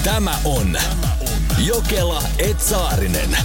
Tämä on Jokela & Saarinen.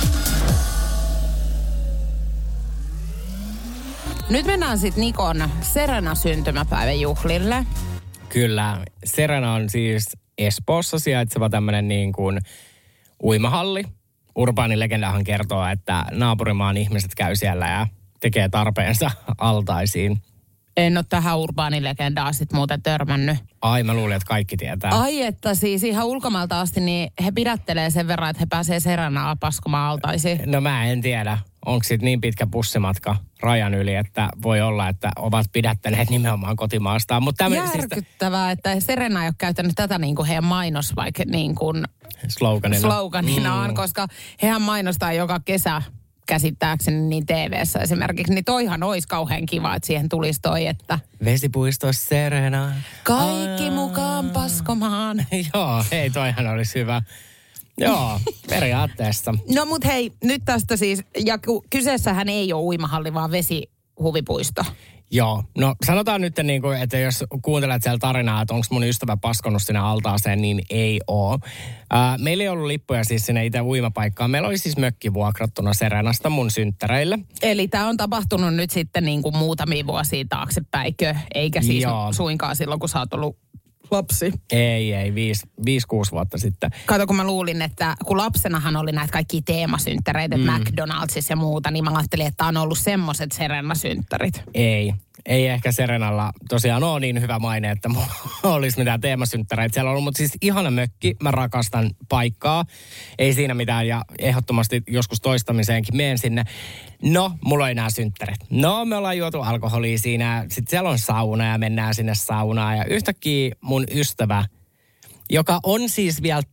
Nyt mennään sitten Nikon Serena-syntymäpäivän juhlille. Kyllä. Serena on siis Espoossa sijaitseva tämmöinen niin kuin uimahalli. Urbaani legendahan kertoo, että naapurimaan ihmiset käy siellä ja tekee tarpeensa altaisiin. En ole tähän urbaanilegendaan sit muuten törmännyt. Ai, mä luulin, että kaikki tietää. Ai, että siis ihan ulkomailta asti, niin he pidättelee sen verran, että he pääsee Serenaa paskomaan altaisiin. No mä en tiedä. Onko sit niin pitkä bussimatka rajan yli, että voi olla, että ovat pidättäneet nimenomaan kotimaastaan. Järkyttävää, että Serena ei ole käyttänyt tätä niin kuin heidän mainos vaikka niin kuin sloganinaan, koska hehän mainostaa joka kesä käsittääkseni niin TV-ssä esimerkiksi, niin toihan olisi kauhean kiva, että siihen tulisi toi, että vesipuisto Serena. Kaikki mukaan paskomaan. Joo, hei, toihan olisi hyvä. Joo, periaatteessa. No mut hei, nyt tästä siis, ja kyseessähän ei ole uimahalli, vaan vesihuvipuisto. Joo, no sanotaan nyt, niin kuin, että jos kuuntelet siellä tarinaa, että onko mun ystävä paskonut sinne altaaseen, niin ei oo. Meillä ei ollut lippuja siis sinne itse uimapaikkaan. Meillä oli siis mökki vuokrattuna Serenasta mun synttäreille. Eli tämä on tapahtunut nyt sitten niin kuin muutamia vuosia taaksepäinkö, eikä siis suinkaan silloin, kun sä oot ollut lapsi. Ei, 5-6 vuotta sitten. Kato, kun mä luulin, että kun lapsenahan oli näitä kaikkia teemasynttäreitä, McDonald'sissa ja muuta, niin mä ajattelin, että on ollut semmoiset Serena-synttärit. Ei ehkä Serenalla tosiaan ole niin hyvä maine, että mulla olisi mitään teemasynttäreitä siellä ollut, mutta siis ihana mökki, mä rakastan paikkaa. Ei siinä mitään ja ehdottomasti joskus toistamiseenkin menen sinne. No, mulla ei nämä synttärit. No, me ollaan juotu alkoholia siinä, sitten siellä on sauna ja mennään sinne saunaan ja yhtäkkiä mun ystävä, joka on siis vielä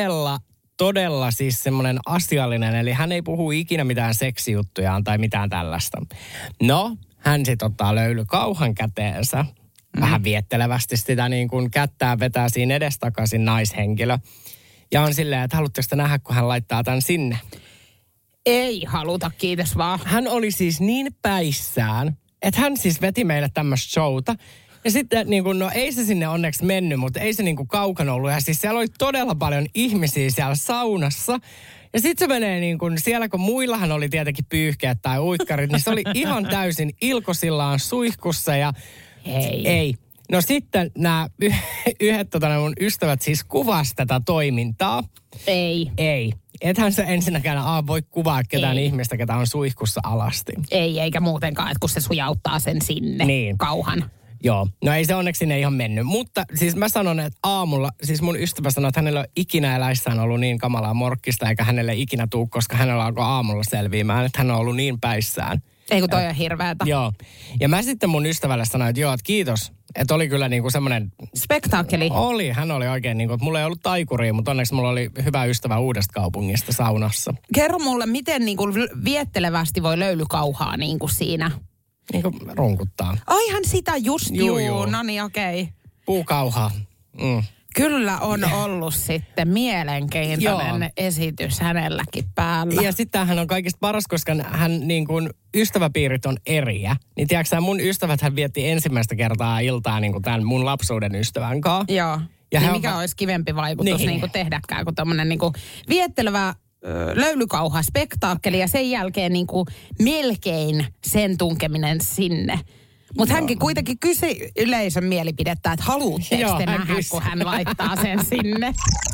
todella siis semmoinen asiallinen, eli hän ei puhu ikinä mitään seksijuttuja tai mitään tällaista. No, hän sitten ottaa löylykauhan käteensä. Vähän viettelevästi sitä niin kuin kättää vetää siinä edestakaisin naishenkilö. Ja on silleen, että haluatteko te nähdä, kun hän laittaa tämän sinne? Ei haluta, kiitos vaan. Hän oli siis niin päissään, että hän siis veti meille tämmöistä showta. Ja sitten niin kuin, no ei se sinne onneksi mennyt, mutta ei se niin kuin kaukana ollut. Ja siis siellä oli todella paljon ihmisiä siellä saunassa. Ja sitten se menee niin kuin siellä, kun muillahan oli tietenkin pyyhkeet tai uikkarit, niin se oli ihan täysin ilkosillaan suihkussa ja ei. No sitten nämä yhdet mun ystävät siis kuvasi tätä toimintaa. Ei. Ethän sä ensinnäkään voi kuvaa ketään ihmistä, ketä on suihkussa alasti. Ei, eikä muutenkaan, että kun se sujauttaa sen sinne kauhan. Joo, no ei se onneksi sinne ihan mennyt. Mutta siis mä sanon, että aamulla, siis mun ystävä sanoi, että hänellä on ikinä eläissään ollut niin kamalaa morkkista, eikä hänelle ikinä tuu, koska hänellä alkoi aamulla selviämään, että hän on ollut niin päissään. Ei kun toi on hirveätä. Joo. Ja mä sitten mun ystävälle sanoin, että joo, että kiitos. Että oli kyllä niinku semmoinen spektaakkeli. Hän oli oikein niinku, että mulla ei ollut taikuria, mutta onneksi mulla oli hyvä ystävä Uudesta Kaupungista saunassa. Kerro mulle, miten niinku viettelevästi voi löylykauhaa niinku siinä? Niinku runkuttaa. Aihan sitä just juu. No niin, okei. Puukauhaa. Kyllä on ollut sitten mielenkiintoinen esitys hänelläkin päällä. Ja sitten hän on kaikista paras, koska hän niin kuin ystäväpiirit on eriä. Niin tiedätkö mun ystävät hän vietti ensimmäistä kertaa iltaa niin kuin tämän mun lapsuuden ystävän kanssa. Joo. Ja niin mikä olisi kivempi vaikutus niin kuin tehdäkään kuin tämmöinen niin kuin viettelevä löylykauha spektaakkeli ja sen jälkeen niin kuin melkein sen tunkeminen sinne. Mutta hänkin kuitenkin kysyi yleisön mielipidettä, että haluatteko te nähdä, kun hän laittaa sen sinne.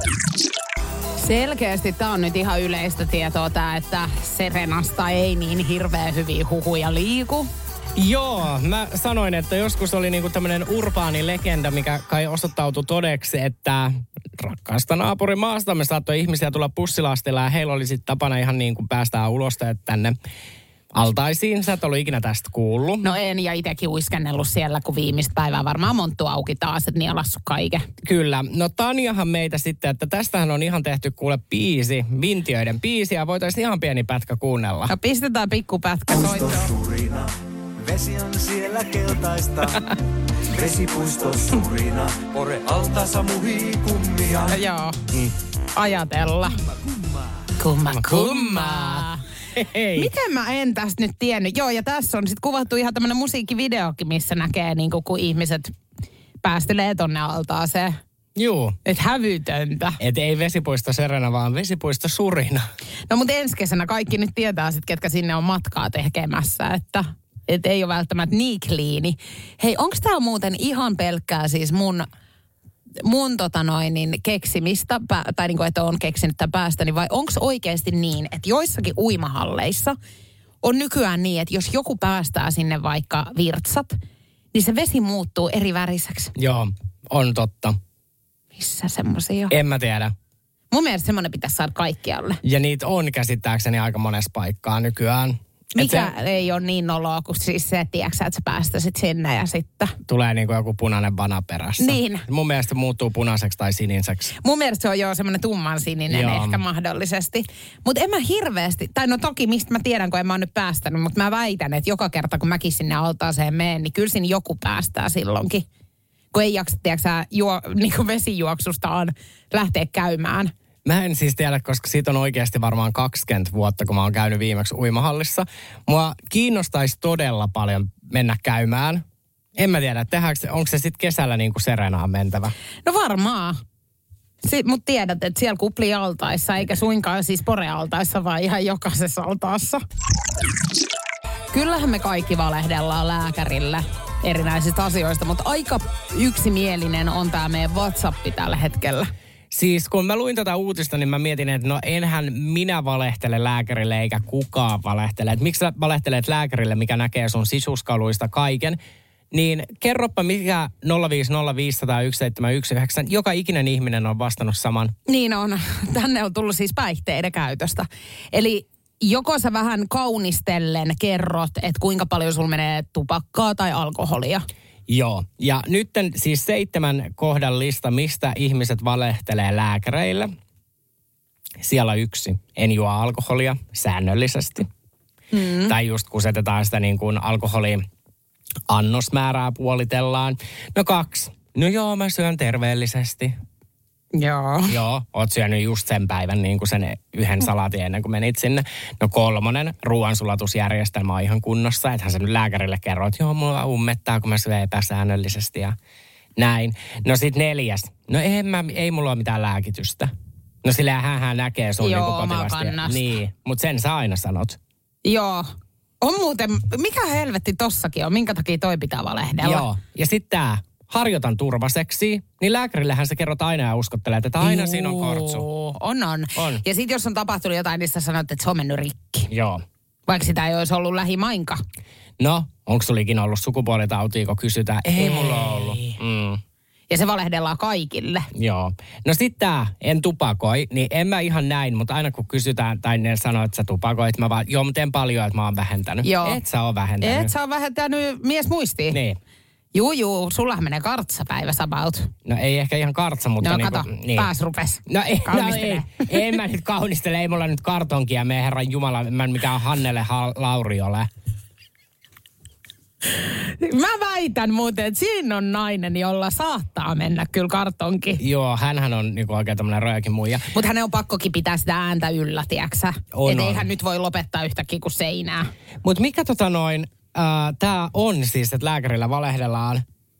Selkeästi tämä on nyt ihan yleistä tietoa tämä, että Serenasta ei niin hirveän hyviä huhuja liiku. Joo, mä sanoin, että joskus oli niinku tämmöinen urbaani legenda, mikä kai osoittautui todeksi, että rakkaasta naapurimaasta me saattoi ihmisiä tulla bussilastilla ja heillä oli sitten tapana ihan niin kuin päästään ulos tänne altaisiin. Sä et ollut ikinä tästä kuullut. No en, ja itsekin uiskennellut siellä, kun viimeistä päivää varmaan monttu auki taas, että nielassu kaiken. Kyllä. No Tanjahan meitä sitten, että tästähän on ihan tehty kuule biisi, Vintiöiden biisi, ja voitaisiin ihan pieni pätkä kuunnella. No pistetään pikkupätkä soittoon. Vesi on siellä keltaista, vesipuisto surina, pore altaassa muhii kummia. Joo, ajatella. Kumma. Hei. Miten mä en tästä nyt tiennyt? Joo, ja tässä on sitten kuvattu ihan tämmönen musiikkivideokin, missä näkee niinku, kun ihmiset päästelee tonne altaaseen. Juu. Et hävytöntä. Et ei vesipuisto Serena, vaan vesipuisto Surina. No mutta ensi kesänä kaikki nyt tietää sit, ketkä sinne on matkaa tekemässä, että ei ole välttämättä niin kliini. Hei, onko tää muuten ihan pelkkää siis mun keksimistä, tai niin kuin, että on keksinyt tämän päästäni, vai onko oikeasti niin, että joissakin uimahalleissa on nykyään niin, että jos joku päästää sinne vaikka virtsat, niin se vesi muuttuu eri väriseksi. Joo, on totta. Missä semmoisia? En mä tiedä. Mun mielestä semmoinen pitäisi saada kaikkialle. Ja niitä on käsittääkseni aika monessa paikkaa nykyään. Mikä ei ole niin noloa kuin siis se, tiiäksä, että sä päästäisit sinne ja sitten tulee niin kuin joku punainen vana perässä. Niin. Mun mielestä muuttuu punaiseksi tai siniseksi. Mun mielestä se on jo semmoinen tumman sininen ehkä mahdollisesti. Mutta en mä hirveästi, tai no toki mistä mä tiedän, kun en mä oon nyt päästänyt, mutta mä väitän, että joka kerta kun mäkin sinne altaaseen menen, niin kyllä siinä joku päästää silloinkin. Kun ei jaksa, tiiäksä, niin kuin vesijuoksustaan lähteä käymään. Mä en siis tiedä, koska siitä on oikeasti varmaan 20 vuotta, kun mä oon käynyt viimeksi uimahallissa. Mua kiinnostaisi todella paljon mennä käymään. En mä tiedä, onko se sitten kesällä niin kuin Serenaan mentävä? No varmaan. Mutta tiedät, että siellä Kupli-altaissa, eikä suinkaan siis Pore-altaissa, vaan ihan jokaisessa altaassa. Kyllähän me kaikki valehdellaan lääkärille erinäisistä asioista, mutta aika yksimielinen on tämä meidän WhatsApp tällä hetkellä. Siis kun mä luin tätä uutista, niin mä mietin, että no enhän minä valehtele lääkärille eikä kukaan valehtele. Että miksi sä valehtelet lääkärille, mikä näkee sun sisuskaluista kaiken? Niin kerroppa, mikä 050501719, joka ikinen ihminen on vastannut saman. Niin on. Tänne on tullut siis päihteiden käytöstä. Eli joko sä vähän kaunistellen kerrot, että kuinka paljon sulla menee tupakkaa tai alkoholia. Joo, ja nyt siis 7 kohdan lista, mistä ihmiset valehtelee lääkäreille. Siellä 1. En juo alkoholia säännöllisesti. Tai just kusetetaan sitä niin kuin alkoholiannosmäärää puolitellaan. No 2. No joo, mä syön terveellisesti. Joo. Joo, oot syönyt just sen päivän niin kuin sen yhden salaatin ennen kuin menit sinne. No 3. Ruoansulatusjärjestelmä on ihan kunnossa. Ethän sä nyt lääkärille kerro, että joo, mulla ummettaa, kun mä syön epäsäännöllisesti ja näin. No sit 4. No ei mulla ole mitään lääkitystä. No silleen hän näkee sun joo, niin kuin potilasta. Niin, mutta sen sä aina sanot. Joo. On muuten, mikä helvetti tossakin on, minkä takia toi pitää valehdella? Joo, ja sit tää. Harjoitan turvaseksiä, niin lääkärillehän se kerrot aina ja uskottelee, että aina siinä on kortsu. On. Ja sitten jos on tapahtunut jotain, niin sä sanot, että se on mennyt rikki. Joo. Vaikka sitä ei olisi ollut lähimainka. No, onko sulikin ollut sukupuolitautia, kun kysytään? Ei mulla ole ollut. Ja se valehdellaan kaikille. Joo. No sit tää, en tupakoi, niin en mä ihan näin, mutta aina kun kysytään tai ne sanoo, että sä tupakoit, mä vaan, joo, mä teen paljon, että mä oon vähentänyt. Joo. Et sä oo vähentänyt. Et sä oo vähentänyt miesmuistiin. Niin. Juu, sullahan menee kartsapäiväs about. No ei ehkä ihan kartsa, mutta no, niin kato, niin. taas rupes. No ei, en mä nyt kaunistele, ei mulla nyt kartonkia, me herran jumala, mä en mikään Hannele Lauri ole. Mä väitän muuten, että siinä on nainen, jolla saattaa mennä kyllä kartonki. Joo, hänhän on niinku oikein tämmönen rojakin muija. Mutta hänen on pakkokin pitää sitä ääntä yllä, tiiäksä. Että eihän nyt voi lopettaa yhtäkkiä kuin seinää. Mutta mikä tää on siis, että lääkärillä valehdellaan.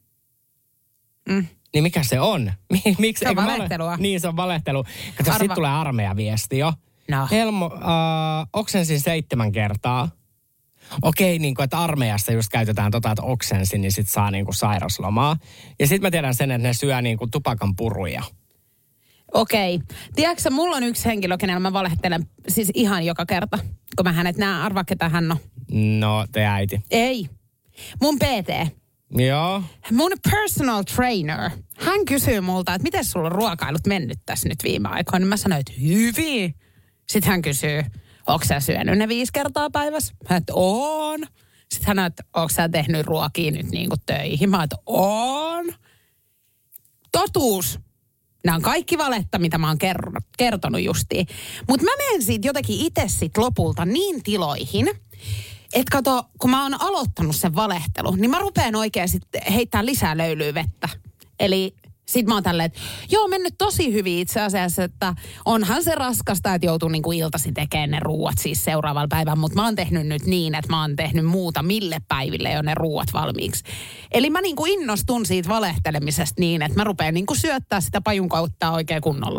Niin mikä se on? Miksi? Se on valehtelua. Niin, se on valehtelu. Kato, sit tulee armeijaviesti jo. No. Helmo, oksensin 7 kertaa. Okei, niin kuin, että armeijassa just käytetään että oksensin, niin sit saa niin kuin sairaslomaa. Ja sit mä tiedän sen, että ne syö niin kuin tupakan puruja. Okei. Tiedätkö, mulla on yksi henkilö, kenellä mä valehtelen siis ihan joka kerta, kun mä hänet näen. Arvaa, ketä hän on. No, te äiti. Ei. Mun PT. Joo. Mun personal trainer. Hän kysyy multa, että miten sulla on ruokailut mennyt tässä nyt viime aikoina. Mä sanoin, että hyvin. Sitten hän kysyy, onko sä syönyt ne 5 kertaa päivässä? Mä että on. Sitten hän sanoi, että onko sä tehnyt ruokia nyt niin kuin töihin? Mä että on. Totuus. Nämä on kaikki valetta, mitä mä oon kertonut justiin. Mutta mä menen siitä jotenkin itse sit lopulta niin tiloihin, että kato, kun mä oon aloittanut sen valehtelun, niin mä rupean oikein sitten heittämään lisää löylyä vettä. Eli Sitten mä oon tälleen, että joo, mennyt tosi hyvin itse asiassa, että onhan se raskasta, että joutuu niinku iltasi tekemään ne ruuat siis seuraavalla päivän, mutta mä oon tehnyt nyt niin, että mä oon tehnyt muutamille päiville jo ne ruuat valmiiksi. Eli mä niinku innostun siitä valehtelemisesta niin, että mä rupean niinku syöttää sitä pajun kautta oikein kunnolla.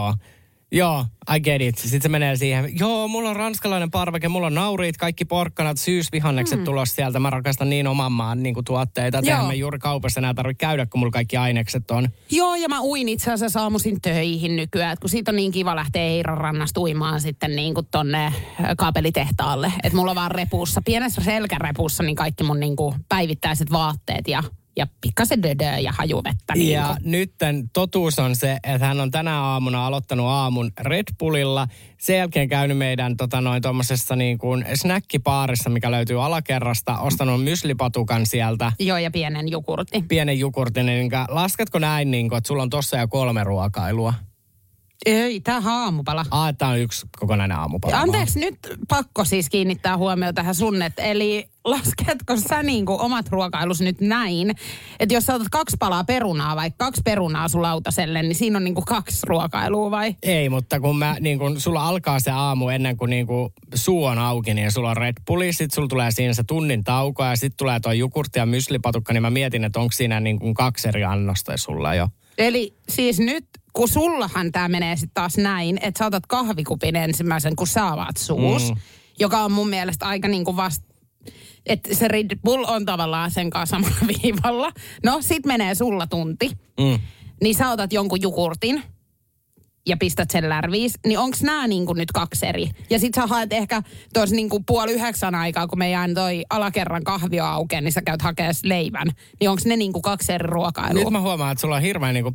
Joo, I get it. Sitten se menee siihen, joo, mulla on ranskalainen parveke, mulla on nauriit, kaikki porkkanat, syysvihannekset tulossa sieltä. Mä rakastan niin oman maan niin kuin tuotteita. Eihän me juuri kaupassa enää tarvitse käydä, kun mulla kaikki ainekset on. Joo, ja mä uin itse asiassa aamuisin töihin nykyään. Että kun siitä on niin kiva lähteä Eiran rannasta uimaan sitten niin kuin tonne kaapelitehtaalle. Että mulla on vaan repussa, pienessä selkärepussa, niin kaikki mun niin kuin päivittäiset vaatteet ja pikkasen dödöä ja hajuvettä. Ja nytten totuus on se, että hän on tänä aamuna aloittanut aamun Red Bullilla. Sen jälkeen käynyt meidän tuommoisessa niin kuin snäkkipaarissa, mikä löytyy alakerrasta. Ostanut myslipatukan sieltä. Joo, ja pienen jogurtin. Pienen jogurtin. Niin lasketko näin, niin kuin, että sulla on tossa jo 3 ruokailua? Ei, tämähän on aamupala. Tämä on yksi kokonainen aamupala. Anteeksi, nyt pakko siis kiinnittää huomioon tähän sunnet. Eli lasketko sä niinku omat ruokailus nyt näin, että jos sä otat 2 palaa perunaa, vaikka 2 perunaa sun lautaselle, niin siinä on niinku 2 ruokailua vai? Ei, mutta kun sulla alkaa se aamu ennen kuin niinku suu on auki, niin sulla on Red Bulli, sit sulla tulee siinä se tunnin tauko ja sit tulee toi jogurtti ja myslipatukka, niin mä mietin, että onko siinä niinku 2 eri annosta sulla jo. Eli siis nyt, kun sullahan tää menee sitten taas näin, että sä otat kahvikupin ensimmäisen, kun sä avaat suus, joka on mun mielestä aika niinku että se Red Bull on tavallaan sen kanssa samalla viivalla. No, sit menee sulla tunti, niin sä otat jonkun jogurtin ja pistät sen lärviis, niin onks nää niinku nyt 2 eri? Ja sit sä haet ehkä tuossa niinku 8:30 aikaa, kun me jään toi alakerran kahvio aukeaa, niin sä käyt hakea leivän. Niin onks ne niinku 2 eri ruokailua? Nyt mä huomaan, että sulla on hirveän niinku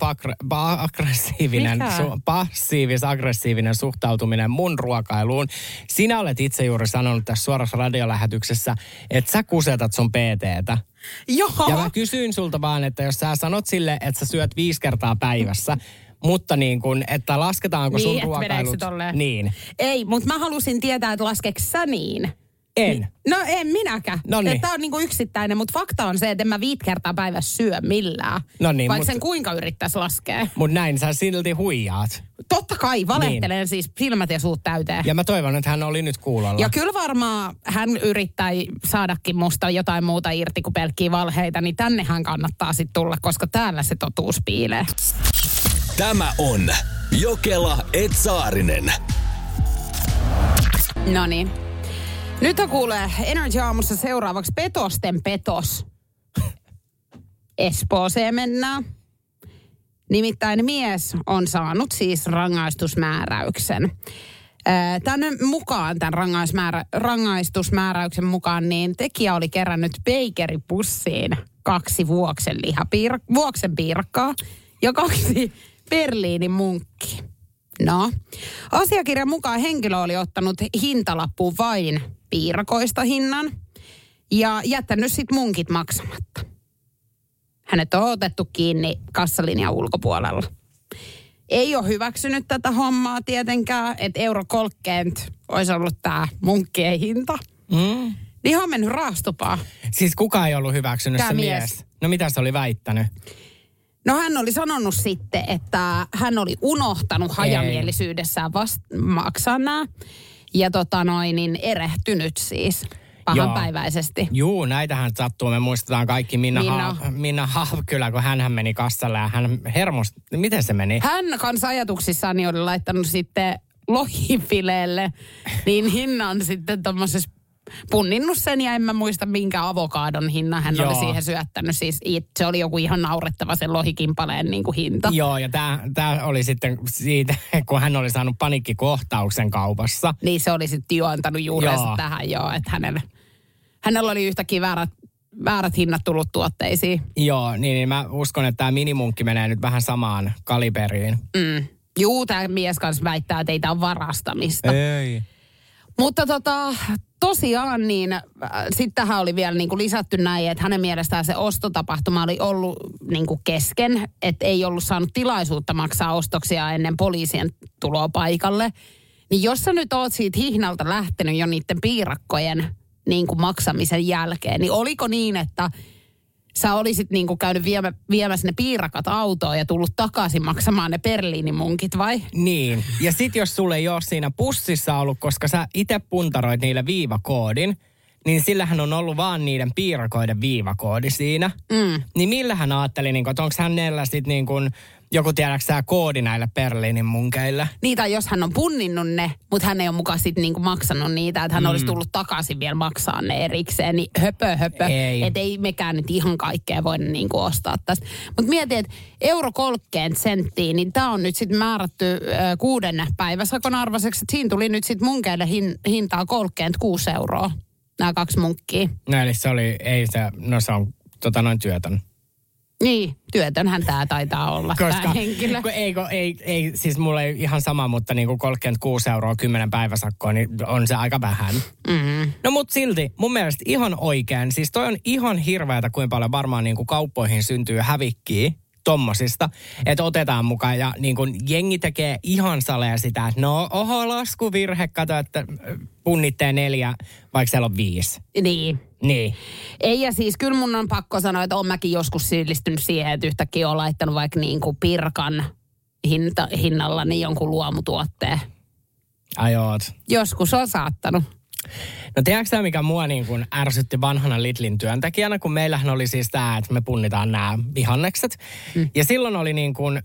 passiivis-aggressiivinen suhtautuminen mun ruokailuun. Sinä olet itse juuri sanonut tässä suorassa radiolähetyksessä, että sä kusetat sun PT:tä. Joo. Ja mä kysyin sulta vaan, että jos sä sanot sille, että sä syöt 5 kertaa päivässä, mutta niin kuin, että lasketaanko sun ruokailut? Niin. Ei, mutta mä halusin tietää, että laskeeko sä niin? En. No en minäkään. Noniin. Tämä on niinku yksittäinen, mutta fakta on se, että en mä 5 kertaa päivässä syö millään. Noniin, vaikka sen kuinka yrittäisi laskea. Mutta näin sä silti huijaat. Totta kai, valehtelen niin. Siis silmät ja suut täyteen. Ja mä toivon, että hän oli nyt kuulolla. Ja kyllä varmaan hän yrittää saadakin musta jotain muuta irti kuin pelkkiä valheita, niin tännehän kannattaa sitten tulla, koska täällä se totuus piilee. Tämä on Jokela & Saarinen. Noniin. Nyt kuulee Energy-aamussa seuraavaksi petosten petos. Espooseen mennään. Nimittäin mies on saanut siis rangaistusmääräyksen. Tämän rangaistusmääräyksen mukaan niin tekijä oli kerännyt beikeripussiin 2 vuoksenpiirakkaa ja 2 Berliinin munkkia. No, asiakirjan mukaan henkilö oli ottanut hintalappuun vain piirakoista hinnan ja jättänyt sitten munkit maksamatta. Hänet on otettu kiinni kassalinjan ulkopuolella. Ei ole hyväksynyt tätä hommaa tietenkään, että euro 30 olisi ollut tämä munkkien hinta. Niin on mennyt raastupaan. Siis kukaan ei ollut hyväksynyt se mies? No mitä se oli väittänyt? No hän oli sanonut sitten, että hän oli unohtanut hajamielisyydessään maksaa nämä. Ja niin erehtynyt siis pahanpäiväisesti. Juu, näitähän sattuu. Me muistetaan kaikki Minna Haavkylä, kun hänhän meni kassalle ja hän hermosti. Miten se meni? Hän kanssa ajatuksissaan oli laittanut sitten lohifileelle niin hinnan sitten tommosessa punninnut sen ja en mä muista minkä avokaadon hinnan hän oli siihen syöttänyt. Siis se oli joku ihan naurettava sen lohikimpaleen niin kuin hinta. Joo, ja tää oli sitten siitä, kun hän oli saanut paniikkikohtauksen kaupassa. Niin se oli sitten juontanut juurensa tähän että hänellä oli yhtäkkiä väärät hinnat tullut tuotteisiin. Joo, niin mä uskon, että tämä minimunkki menee nyt vähän samaan kaliberiin. Juu, tämä mies kanssa väittää, että ei tämä ole varastamista. Ei. Mutta tosiaan niin sitten tähän oli vielä niin kuin lisätty näin, että hänen mielestään se ostotapahtuma oli ollut niin kuin kesken, että ei ollut saanut tilaisuutta maksaa ostoksia ennen poliisien tuloa paikalle. Niin jos sä nyt oot siitä hihnalta lähtenyt jo niiden piirakkojen niin kuin maksamisen jälkeen, niin oliko niin, että sä olisit niinku käynyt viemässä ne piirakat autoon ja tullut takaisin maksamaan ne Berliinimunkit, vai? Niin. Ja sit jos sulle ei ole siinä pussissa ollut, koska sä itse puntaroit niille viivakoodin, niin sillähän on ollut vaan niiden piirakoiden viivakoodi siinä. Niin millähän ajatteli, että onko hänellä sitten niin kuin joku, tiedätkö sä, koodi näille Berliinin munkeille? Niin, tai jos hän on punninnut ne, mutta hän ei ole mukaan sitten niinku maksanut niitä, että hän olisi tullut takaisin vielä maksaa ne erikseen, niin höpö. Että ei mekään nyt ihan kaikkea voida niinku ostaa tästä. Mutta mietin, että 1,30 €, niin tämä on nyt sitten määrätty 6 päiväsakon arvoiseksi. Että siinä tuli nyt sitten munkeille hintaa 36 €. Nämä 2 munkkia. No eli se on työtön. Niin, työtönhän tämä taitaa olla, tämä henkilö. Ei, siis mulla ei ihan sama, mutta niin kuin 36 € 10 päiväsakkoa, niin on se aika vähän. No mut silti, mun mielestä ihan oikein. Siis toi on ihan hirveätä, kuinka paljon varmaan niin kuin kauppoihin syntyy hävikkiä tommosista, että otetaan mukaan ja niin kuin jengi tekee ihan saleen sitä, että no laskuvirhe, kato, että punnitteen 4, vaikka siellä on 5. Niin. Ei, ja siis kyllä mun on pakko sanoa, että olen mäkin joskus syyllistynyt siihen, että yhtäkkiä olen laittanut vaikka niin kuin pirkan hinnalla niin jonkun luomutuotteen. Ai oot. Joskus on saattanut. No tiedätkö tämä, mikä mua niin kuin ärsytti vanhana Lidlin työntekijänä, kun meillähän oli siis tämä, että me punnitaan nämä vihannekset. Ja silloin oli niin kuin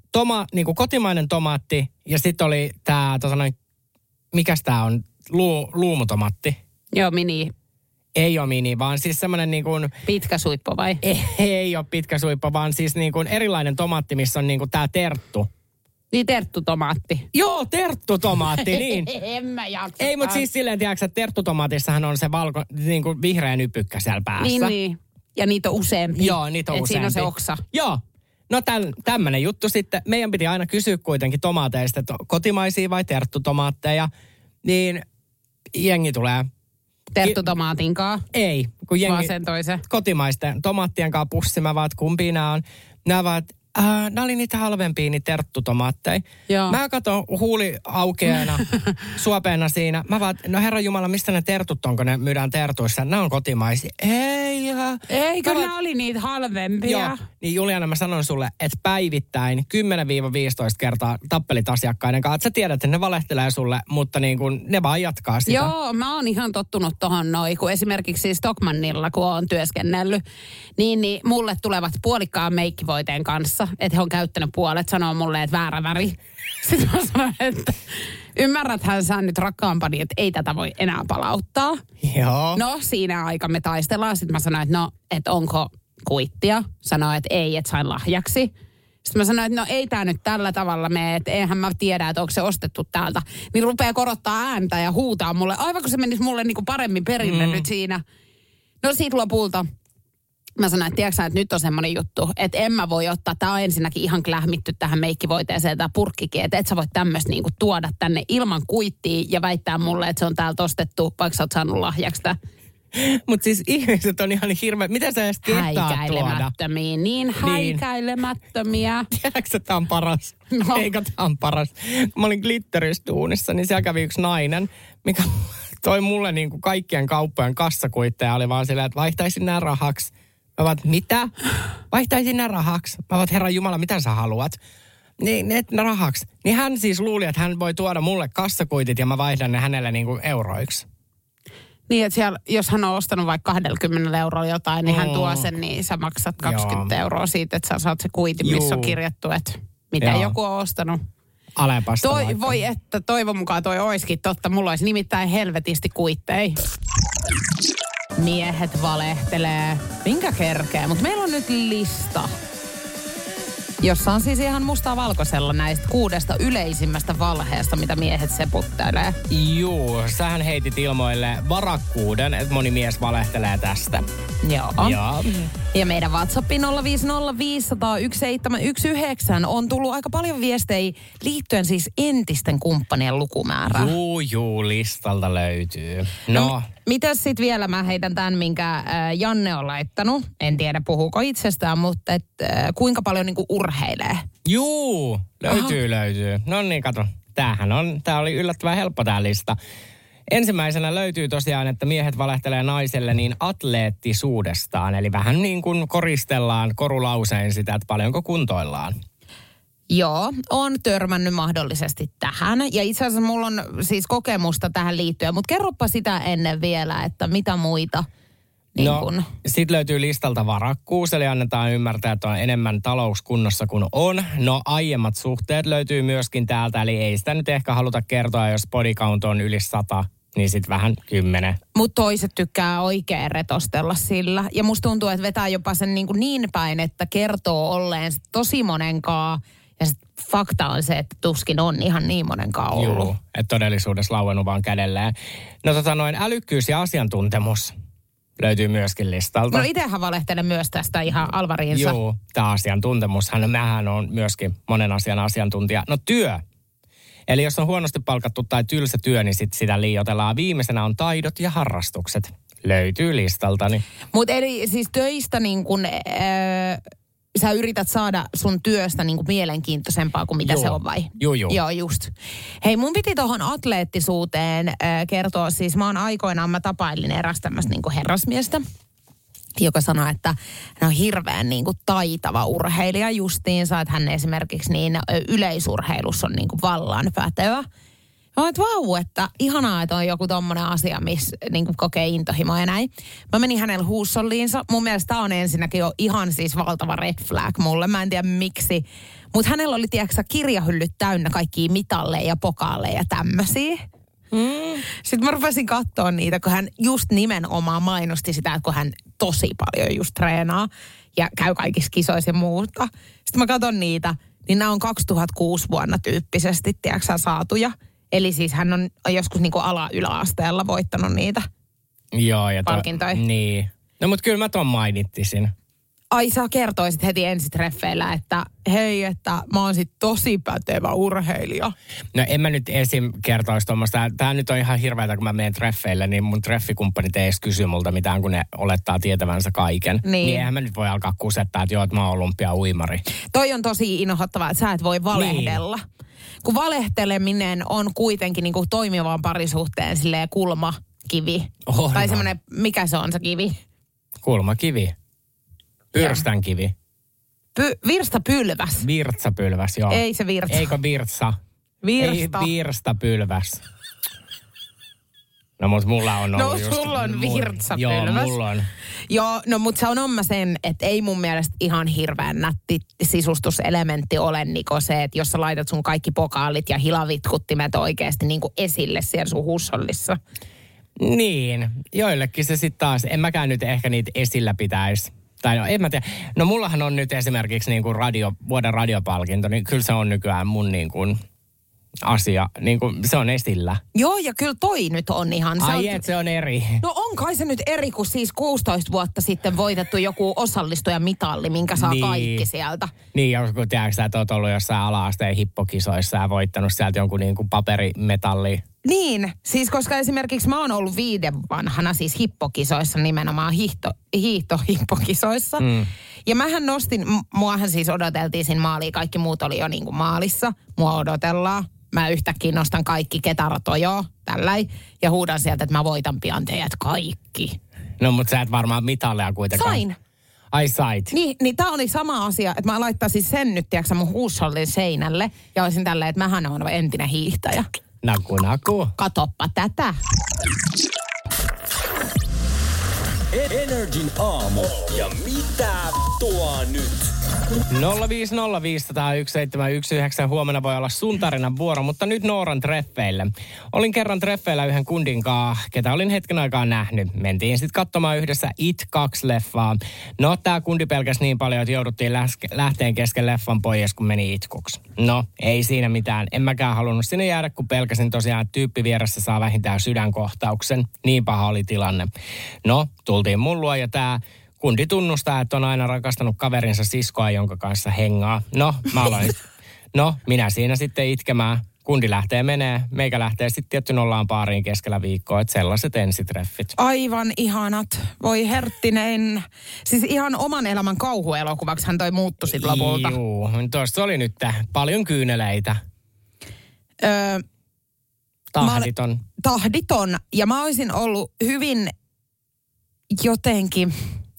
kotimainen tomaatti ja sitten oli tämä, mikäs tämä on, luumutomaatti. Joo, mini. Ei ole mini, vaan siis semmoinen niin kuin... Pitkä suippo vai? Ei ole pitkä suippo, vaan siis niin kuin erilainen tomaatti, missä on niin kuin tämä terttu. Niin terttutomaatti. Joo, terttutomaatti, niin. En mä jaksa. Ei, mutta siis silleen, tiedätkö, että terttutomaatissahan on se niin kuin vihreä nypykkä siellä päässä. Niin. Ja niitä on useampi. Joo, niitä on useampi. Siinä on se oksa. Joo. No tämmöinen juttu sitten. Meidän piti aina kysyä kuitenkin tomaateista, että kotimaisia vai terttutomaatteja. Niin jengi tulee... Terttutomaatinkaan? Ei. Kun jengi... Vaan sen toisen? Kotimaisten tomaattien kanssa pussi. Mä vaan, että kumpia nämä on. Nämä vaan, nämä oli niitä halvempia, niitä terttutomaatteja. Joo. Mä katon huuli aukeana, suopeena siinä. Mä vaan, no herra jumala, mistä ne tertut on, kun ne myydään tertuissa? Nämä on kotimaisia. Ei, kyllä nämä oli niitä halvempia. Joo. Niin Juliana, mä sanon sulle, että päivittäin 10-15 kertaa tappelit asiakkaiden kanssa. Sä tiedät, että ne valehtelee sulle, mutta niin kun ne vaan jatkaa sitä. Joo, mä oon ihan tottunut tohon noin, kun esimerkiksi Stockmannilla, kun oon työskennellyt, niin mulle tulevat puolikkaan meikkivoiteen kanssa, että he on käyttänyt puolet, sanoo mulle, että väärä väri. Sitten mä sanoin, että ymmärräthän sä nyt rakkaampani, että ei tätä voi enää palauttaa. Joo. No siinä aika me taistellaan. Sitten mä sanoin, että no, että onko kuittia. Sanoin, että ei, että sain lahjaksi. Sitten mä sanoin, että no ei tää nyt tällä tavalla mene, että eihän mä tiedä, että onko se ostettu täältä. Niin rupeaa korottaa ääntä ja huutaa mulle, aivan kun se menisi mulle niinku paremmin perille nyt siinä. No sit lopulta mä sanoin, että tiedätkö että nyt on semmoinen juttu, että en mä voi ottaa, tää on ensinnäkin ihan klähmitty tähän meikkivoiteeseen tää purkkikin, että et sä voit tämmöistä niinku tuoda tänne ilman kuittia ja väittää mulle, että se on täältä ostettu, vaikka sä oot saanut lahjaksi tää. Mutta siis ihmiset on ihan hirveä. Miten sä edes kehtaat tuoda? Häikäilemättömiä, niin häikäilemättömiä. Tiedätkö, että tää on paras? No. Eikö tää on paras? Kun mä olin Glitteristuunissa, niin siellä kävi yksi nainen, mikä toi mulle niinku kaikkien kauppojen kassakuitteja. Oli vaan silleen, että vaihtaisin nämä rahaksi. Mä vaan, mitä? Vaihtaisin nämä rahaksi. Mä vaan, herra jumala, mitä sä haluat? Niin, ne rahaksi. Niin hän siis luuli, että hän voi tuoda mulle kassakuitit ja mä vaihdan ne hänelle niinku euroiksi. Niin, että siellä, jos hän on ostanut vaikka 20 € jotain, niin hän tuo sen, niin sä maksat 20 € siitä, että sä saat se kuitin, missä on kirjattu, että mitä joku on ostanut. Alepasta voi että toivon mukaan toi oiskin totta. Mulla olisi nimittäin helvetisti kuitteja. Miehet valehtelee. Minkä kerkeä? Mutta meillä on nyt lista, jossa on siis ihan mustaa valkoisella näistä 6 yleisimmästä valheesta, mitä miehet seputtelee. Juu, sähän heitit ilmoille varakkuuden, että moni mies valehtelee tästä. Joo. Ja meidän WhatsAppin 050501719 on tullut aika paljon viestejä liittyen siis entisten kumppanien lukumäärään. Juu, listalta löytyy. No mitäs sit vielä mä heitän tämän, minkä Janne on laittanut. En tiedä puhuuko itsestään, mutta kuinka paljon niinku urheilee. Juu, löytyy. No niin, kato. Tää oli yllättävän helppo tää lista. Ensimmäisenä löytyy tosiaan, että miehet valehtelee naiselle niin atleettisuudestaan. Eli vähän niin kuin koristellaan korulausein sitä, että paljonko kuntoillaan. Joo, on törmännyt mahdollisesti tähän. Ja itse asiassa mulla on siis kokemusta tähän liittyen. Mutta kerropa sitä ennen vielä, että mitä muita. Sitten löytyy listalta varakkuus, eli annetaan ymmärtää, että on enemmän talouskunnossa kuin on. No, aiemmat suhteet löytyy myöskin täältä, eli ei sitä nyt ehkä haluta kertoa, jos body count on yli 100, niin sitten vähän 10. Mutta toiset tykkää oikein retostella sillä. Ja musta tuntuu, että vetää jopa sen niin päin, että kertoo olleen tosi monenkaan. Ja sit fakta on se, että tuskin on ihan niin monenkaan ollut. Joo, että todellisuudessa lauennut vaan kädelleen. No älykkyys ja asiantuntemus löytyy myöskin listalta. No itsehän valehtelen myös tästä ihan alvariinsa. Joo, tämä asiantuntemushan, mähän on myöskin monen asian asiantuntija. No työ. Eli jos on huonosti palkattu tai tylsä työ, niin sitä liioitellaan. Viimeisenä on taidot ja harrastukset. Löytyy listaltani. Mutta eli siis töistä niin kun, sä yrität saada sun työstä niin kuin mielenkiintoisempaa kuin mitä se on vai? Joo. Joo, just. Hei, mun piti tuohon atleettisuuteen kertoa, siis mä tapailin eräs tämmöistä niin kuin herrasmiestä, joka sanoi, että hän on hirveän niin kuin taitava urheilija justiinsa, että hän esimerkiksi niin yleisurheilussa on niin kuin vallan pätevä. Mä oon, että vau, että ihanaa, että on joku tommonen asia, missä niin kokee intohimoa ja näin. Mä menin hänelle huussolliinsa. Mun mielestä tää on ensinnäkin jo ihan siis valtava red flag mulle. Mä en tiedä miksi. Mutta hänellä oli, tiedätkö, kirjahyllyt täynnä kaikkia mitalleja ja pokaaleja ja tämmösiä. Sitten mä rupesin katsoa niitä, kun hän just nimenomaan mainosti sitä, että kun hän tosi paljon just treenaa ja käy kaikissa kisoissa ja muuta. Sitten mä katson niitä, niin nämä on 2006 vuonna tyyppisesti, tiedätkö, saatuja. Eli siis hän on joskus niin kuin yläasteella voittanut niitä palkintoja. Niin. No mutta kyllä mä ton mainittisin. Ai sä kertoisit heti ensitreffeillä, että hei, että mä oon sit tosi pätevä urheilija. No en mä nyt esim. Kertoisi tuommoista. Tää nyt on ihan hirveätä, kun mä menen treffeille, niin mun treffikumppanit ei edes kysy multa mitään, kun ne olettaa tietävänsä kaiken. Niin eihän mä nyt voi alkaa kusettaa, että joo, että mä oon olympia-uimari. Toi on tosi inhottavaa, että sä et voi valehdella. Niin. Kun valehteleminen on kuitenkin niin kuin toimivan parisuhteen silleen kulmakivi. Tai semmoinen, mikä se on se kivi? Kulmakivi. Pyrstänkivi. Virstapylväs. Virtsapylväs, joo. Ei se virtsa. Eikö virtsa? Virsta. Ei virstapylväs. No mut mulla on ollut just... No sulla on virtsapylväs. Joo, mulla on. Joo, no mut sanon mä sen, että ei mun mielestä ihan hirveän nätti sisustuselementti ole niinku se, että jos sä laitat sun kaikki pokaalit ja hilavitkuttimet oikeasti niinku esille siellä sun huushollissa. Niin, joillekin se sitten taas, en mäkään nyt ehkä niitä esillä pitäisi. Tai no, en mä tiedä. No mullahan on nyt esimerkiksi niin kuin vuoden radiopalkinto, niin kyllä se on nykyään mun niin kuin asia, niin kuin se on esillä. Joo, ja kyllä toi nyt on ihan... Se on eri. No on kai se nyt eri, kun siis 16 vuotta sitten voitettu joku osallistujamitalli, minkä saa kaikki sieltä. Niin, ja kun tiedätkö sä, että oot ollut jossain ala-asteen hippokisoissa ja voittanut sieltä jonkun niin kuin paperimetalli. Niin, siis koska esimerkiksi mä oon ollut 5 vanhana siis hippokisoissa, nimenomaan hiihtohippokisoissa. Ja mähän muahan siis odoteltiin siinä maaliin, kaikki muut oli jo niin kuin maalissa. Mua odotellaan. Mä yhtäkkiä nostan kaikki ketaratojoa, tälläin, ja huudan sieltä, että mä voitan pian teidät kaikki. No, mutta sä et varmaan mitalleja kuitenkaan. Sain. Ai sait. Niin tää oli sama asia, että mä laittaisin sen nyt, tiedätkö, mun huushollin seinälle, ja olisin tälleen, että mähän on entinen hiihtäjä. Naku. Katoppa tätä. Energin aamu. Ja mitä tuo nyt? 050501719. Huomenna voi olla sun tarinan vuoro, mutta nyt Nooran treffeille. Olin kerran treffeillä yhden kundin kanssa, ketä olin hetken aikaa nähnyt. Mentiin sitten katsomaan yhdessä It 2-leffaa. No, tää kundi pelkäsi niin paljon, että jouduttiin lähteen kesken leffan pois, kun meni itkuksi. No, ei siinä mitään. En mäkään halunnut sinne jäädä, kun pelkäsin tosiaan, että tyyppi vieressä saa vähintään sydänkohtauksen. Niin paha oli tilanne. No, tultiin mun luo ja tää kundi tunnustaa, että on aina rakastanut kaverinsa siskoa, jonka kanssa hengaa. No, mä aloin. No, minä siinä sitten itkemään. Kundi lähtee menee. Meikä lähtee sitten tietty nollaan baariin keskellä viikkoa. Että sellaiset ensitreffit. Aivan ihanat. Voi Herttinen. Siis ihan oman elämän kauhuelokuvaksi hän toi muuttui sitten lopulta. Juu, tuossa oli nyt paljon kyyneleitä. Tahditon. Ja mä olisin ollut hyvin jotenkin...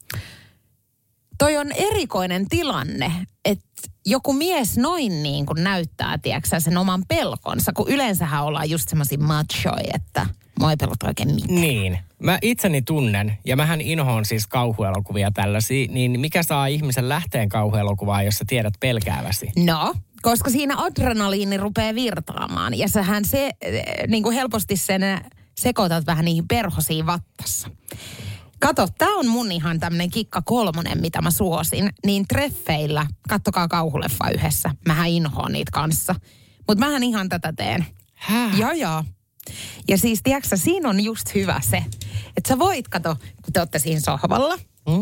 Toi on erikoinen tilanne, että joku mies noin niin kuin näyttää, tiedätkö, sen oman pelkonsa, kun yleensähän ollaan just semmoisia machoja, että mua ei pelota oikein mitään. Niin. Mä itseni tunnen, ja mähän inhoon siis kauhuelokuvia tällaisia, niin mikä saa ihmisen lähteen kauhuelokuvaan, jos sä tiedät pelkääväsi? No, koska siinä adrenaliini rupeaa virtaamaan, ja sähän niin kuin helposti sen sekoitat vähän niihin perhosiin vattassa. Kato, tää on mun ihan tämmönen kikka 3, mitä mä suosin. Niin treffeillä, kattokaa kauhuleffa yhdessä. Mähän inhoon niitä kanssa. Mut mähän ihan tätä teen. Joo. Ja siis, tiedätkö, siinä on just hyvä se, että sä voit, kato, kun te ootte siinä sohvalla.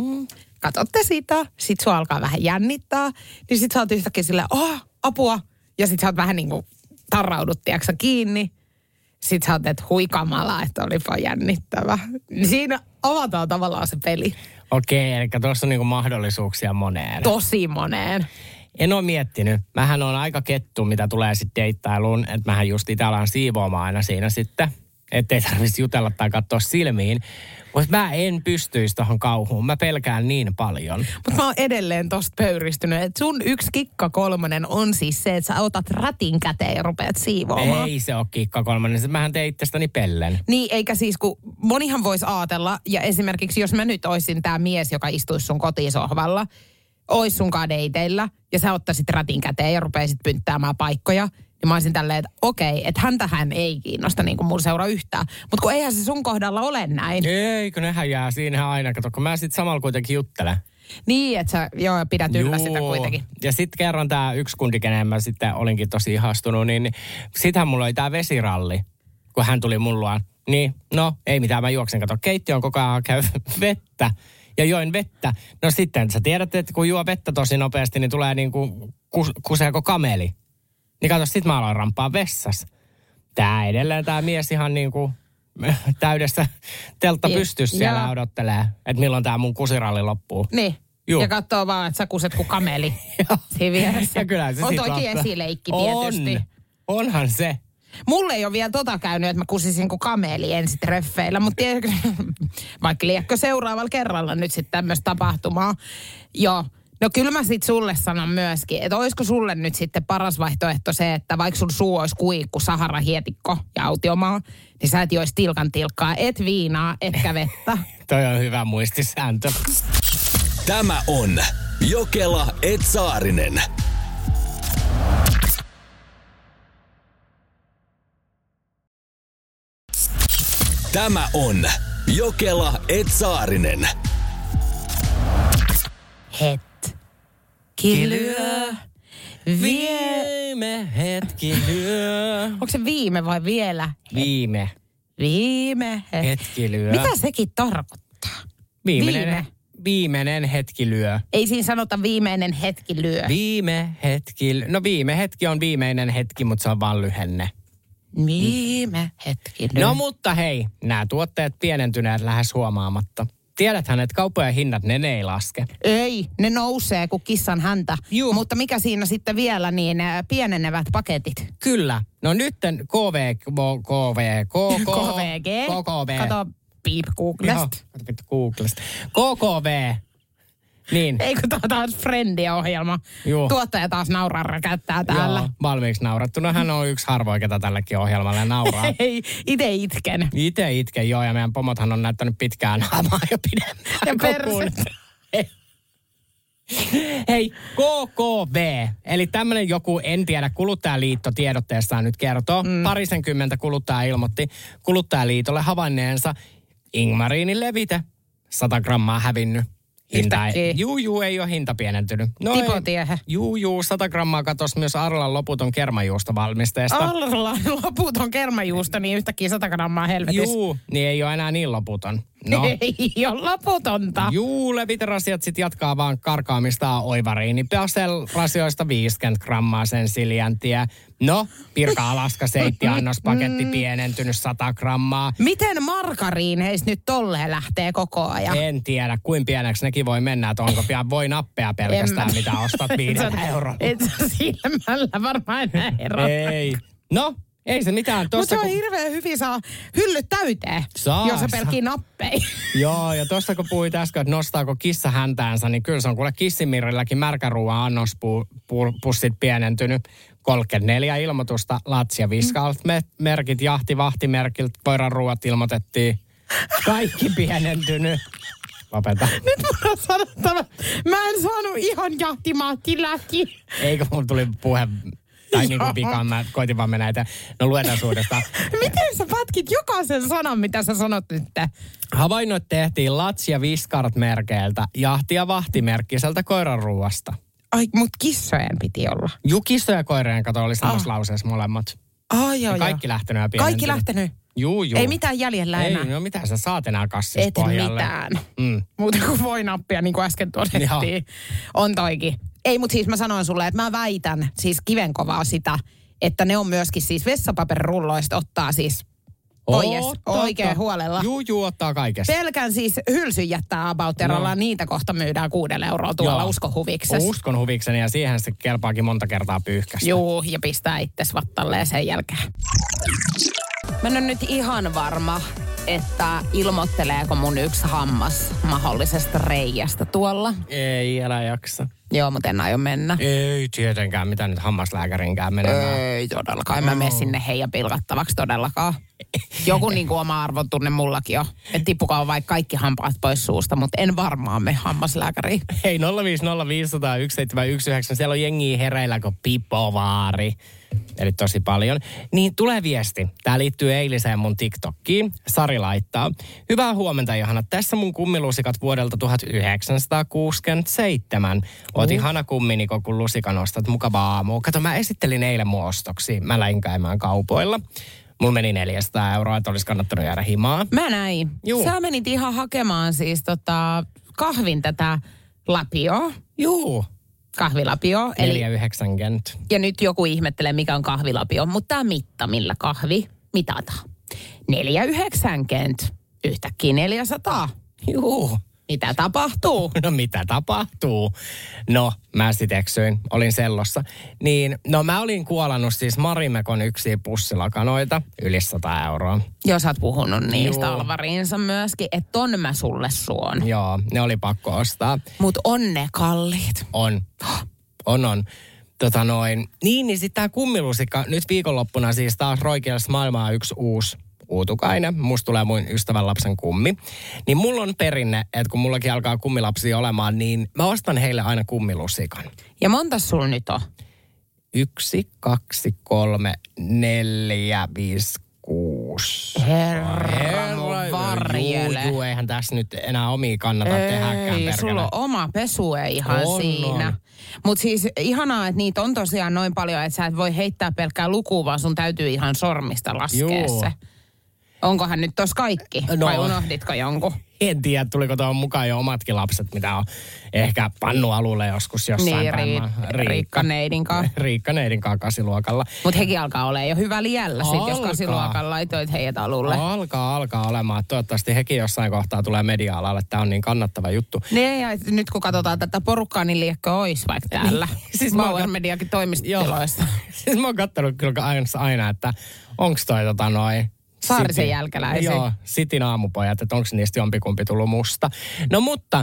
Katotte sitä, sit sua alkaa vähän jännittää. Niin sit sä oot yhtäkkiä silleen, apua. Ja sit sä oot vähän niinku tarraudut, tiedätkö, kiinni. Sitten sä oot, että huikamala, että olipa jännittävä. Siinä avataan tavallaan se peli. Okei, eli tuossa on niinku mahdollisuuksia moneen. Tosi moneen. En ole miettinyt. Mähän on aika kettu, mitä tulee sitten deittailuun. Että mähän just itse alan siivoamaan aina siinä sitten. Ettei tarvitsisi jutella tai katsoa silmiin. Mutta mä en pystyisi tohon kauhuun. Mä pelkään niin paljon. Mutta mä oon edelleen tosta pöyristynyt. Että sun yksi kikka 3 on siis se, että sä otat rätin käteen ja rupeat siivoamaan. Ei se ole kikka 3. Mähän tein itsestäni pellen. Niin, eikä siis kun monihan voisi ajatella. Ja esimerkiksi jos mä nyt oisin tää mies, joka istuisi sun kotisohvalla. Ois sunkaan deiteillä. Ja sä ottaisit rätin käteen ja rupeisit pynttäämään paikkoja. Niin mä olisin tälleen, että okei, että häntähän ei kiinnosta niin kuin mun seura yhtään. Mutta kun eihän se sun kohdalla ole näin. Eikö nehän jää siinä aina, kato, kun mä sit samalla kuitenkin juttelen. Niin, että sä pidät yllä sitä kuitenkin. Ja sitten kerran tää yksi kundi, kenen mä sitten olinkin tosi ihastunut, niin sittenhän mulla oli tää vesiralli, kun hän tuli mun luon. Niin, no ei mitään, mä juoksen, kato, keittiöön koko ajan käy vettä. Ja join vettä. No sitten sä tiedät, että kun juo vettä tosi nopeasti, niin tulee niin kuin kuseeko kameli. Niin kato, sit mä aloin rampaa vessassa. Tää mies ihan niin kuin täydessä teltta pystyssä siellä odottelee, että milloin tää mun kusiralli loppuu. Niin. Juh. Ja katsoo vaan, että sä kuset kuin kameli siinä vieressä. Ja kyllä se on toikin esileikki tietysti. Onhan se. Mulle ei ole vielä käynyt, että mä kusisin kuin kameli ensi treffeillä, mutta vaikka liekö seuraavalla kerralla nyt sitten tämmöistä tapahtumaa. Joo. No kyllä mä sit sulle sanon myöskin, että olisiko sulle nyt sitten paras vaihtoehto se, että vaikka sun suu olisi kuin Sahara, hietikko ja autiomaa, niin sä et joisi tilkkaa, et viinaa, etkä vettä. Toi on hyvä muistisääntö. Tämä on Jokela et Saarinen. Tämä on Jokela et Saarinen. Hetki lyö. Viime hetki lyö. Onko se viime vai vielä? Viime Hetki lyö. Mitä sekin tarkoittaa? Viimeinen hetki lyö. Ei siinä sanota viimeinen hetki lyö. Viime hetki on viimeinen hetki, mutta se on vaan lyhenne. Viime hetki lyö. No mutta hei, nämä tuotteet pienentyneet lähes huomaamatta. Tiedäthän, että kauppojen hinnat, ne ei laske. Ei, ne nousee kuin kissan häntä. Juh. Mutta mikä siinä sitten vielä, niin pienenevät paketit. Kyllä. No nytten KVG. Kato, piip Googlesta. KKV. Niin. Eikö tuo taas Friendia-ohjelma? Joo. Tuottaja taas nauraa räkättää täällä. Joo, valmiiksi naurattu. No hän on yksi harvoin, ketä tällekin ohjelmalle nauraa. Ei, itse itken, joo. Ja meidän pomothan on näyttänyt pitkään naamaa jo pidemmään. Ja persettä. Hei, KKV. Eli tämmöinen joku, en tiedä, Kuluttajaliitto tiedotteessaan nyt kertoo. 20 kuluttajaa ilmoitti Kuluttajaliitolle havainneensa Ingmariinin levite. 100 grammaa hävinnyt. Hinta ei ole hinta pienentynyt. Tipotiehe. 100 grammaa katosi myös Arlan loputon kermajuustovalmisteesta. Arlan loputon kermajuusto, niin yhtäkkiä 100 grammaa helvetis. Niin ei ole enää niin loputon. No. Ei ole loputonta. Leviterasiat sitten jatkaa vaan karkaamista oivariin. Pasel-rasioista 50 grammaa sen siljäntiä. No, Pirka Alaska seitti annospaketti pienentynyt 100 grammaa. Miten margariineis nyt tolleen lähtee koko ajan? En tiedä, kuin pieneksi nekin voi mennä, että onko pian voi nappeja pelkästään, mitä ostat 5 eurolla. Et sä silmällä varmaan enää erota. Ei. No, Ei se mitään. Mutta se on hirveän hyvin saa hyllyt täyteen, jos se pelkii nappeja. Joo, ja tuossa kun puhuit äsken, että nostaako kissa häntäänsä, niin kyllä se on kuule Kissimirrilläkin märkäruuan annospussit pienentynyt. 34 ilmoitusta, Latsia Viskalt-merkit, jahtivahtimerkit, koiran ruuat ilmoitettiin. Kaikki pienentynyt. Lopeta. Nyt mun on sanottava, mä en saanut ihan jahtimaattiläki. Eikö mun tuli puhe, tai niin kuin vikaan, mä koitin vaan mennä eteen. No luetaan suudestaan. Miten sä pätkit jokaisen sanan, mitä sä sanot nyt? Havainnot tehtiin Latsia Viskart-merkeiltä, jahti- ja vahtimerkkiseltä koiran ruuasta. Ai, mut kissojen piti olla. Kisso ja koireen kato oli samassa lauseessa molemmat. Joo. Kaikki lähtenyt ja pienentynyt. Kaikki lähtenyt? Juu. Ei mitään jäljellä enää. Ei, no mitä sä saat enää kassista pohjalle? Et mitään. Muuta kuin voi nappia, niin kuin äsken todettiin. On toikin. Ei, mutta siis mä sanoin sulle, että mä väitän siis kivenkovaa sitä, että ne on myöskin siis vessapaperirulloista ottaa siis oikein huolella. Juu, ottaa kaikesta. Pelkän siis hylsyn jättää about erollaan, niitä kohta myydään 6 € tuolla Uskon-huviksessa. Uskon-huvikseni ja siihen se kelpaakin monta kertaa pyyhkästä. Juu, ja pistää itses vattalleen sen jälkeen. Mä en ole nyt ihan varma, että ilmoitteleeko mun yksi hammas mahdollisesta reiästä tuolla. Ei, älä jaksa. Joo, mutta en aio mennä. Ei tietenkään, mitä nyt hammaslääkärinkään menemään. Ei todellakaan, en mä mene sinne heidän pilkattavaksi todellakaan. Joku niin kuin oma arvotunne mullakin on. Että tippukaa vaikka kaikki hampaat pois suusta, mutta en varmaan mene hammaslääkäriin. Hei, 050501719, siellä on jengiä hereillä kuin Pipovaari. Eli tosi paljon. Niin tulee viesti. Tää liittyy eiliseen mun TikTokkiin. Sari laittaa. Hyvää huomenta, Johanna. Tässä mun kummilusikat vuodelta 1967. Oot ihana kumminiko, kun lusikan ostat. Mukavaa aamua. Kato, mä esittelin eilen mun ostoksia. Mä läin käymään kaupoilla. Mulla meni 400 €, että olisi kannattanut jäädä himaa. Mä näin. Juu. Sä menit ihan hakemaan siis kahvin tätä lapioa. Juu. Kahvilapio. 4,90. Ja nyt joku ihmettelee, mikä on kahvilapio. Mutta tämä mitta, millä kahvi mitataan. 4,90. Yhtäkkiä 400. Juu. Mitä tapahtuu? No mitä tapahtuu? No, mä sit eksyin. Olin sellossa. Niin, no mä olin kuolannut siis Marimekon yksiä pussilakanoita. Yli 100 €. Joo, sä oot puhunut niistä Alvariinsa myöskin, että ton mä sulle suon. Joo, ne oli pakko ostaa. Mut on ne kalliit. On. Niin sit tää kummilusikka, nyt viikonloppuna siis taas roikeassa maailmaa yksi uusi uutukainen. Musta tulee mun ystävän lapsen kummi. Niin mulla on perinne, että kun mullakin alkaa kummilapsia olemaan, niin mä ostan heille aina kummilusikan. Ja monta sulla nyt on? 1, 2, 3, 4, 5, 6. Herra varjele. Juu, eihän tässä nyt enää omia kannata tehdäkään perkele. Sulla on oma pesue ihan siinä. Mutta siis ihanaa, että niitä on tosiaan noin paljon, että sä et voi heittää pelkkää lukua, vaan sun täytyy ihan sormista laskea se. Onkohan nyt tos kaikki? Vai unohditko jonkun? En tiedä, tuliko tuohon mukaan jo omatkin lapset, mitä on ehkä pannu alulle joskus jossain niin, Riikka Neidin kanssa. Riikka Neidin kanssa 8-luokalla. Mutta hekin alkaa olemaan jo hyvällä iällä sit, jos 8-luokalla laitoit heidät alulle. Alkaa olemaan. Toivottavasti hekin jossain kohtaa tulee media-alalle. Tämä on niin kannattava juttu. Niin, ja nyt kun katsotaan tätä porukkaa, niin liekö olisi vaikka täällä. Siis Bauer Mediakin toimistotiloista. Siis mä oon kattonut kyllä aina, että onko toi Saarisen jälkeläisiä. Joo, Sitin aamupojat, että onko niistä jompikumpi tullut musta. No mutta,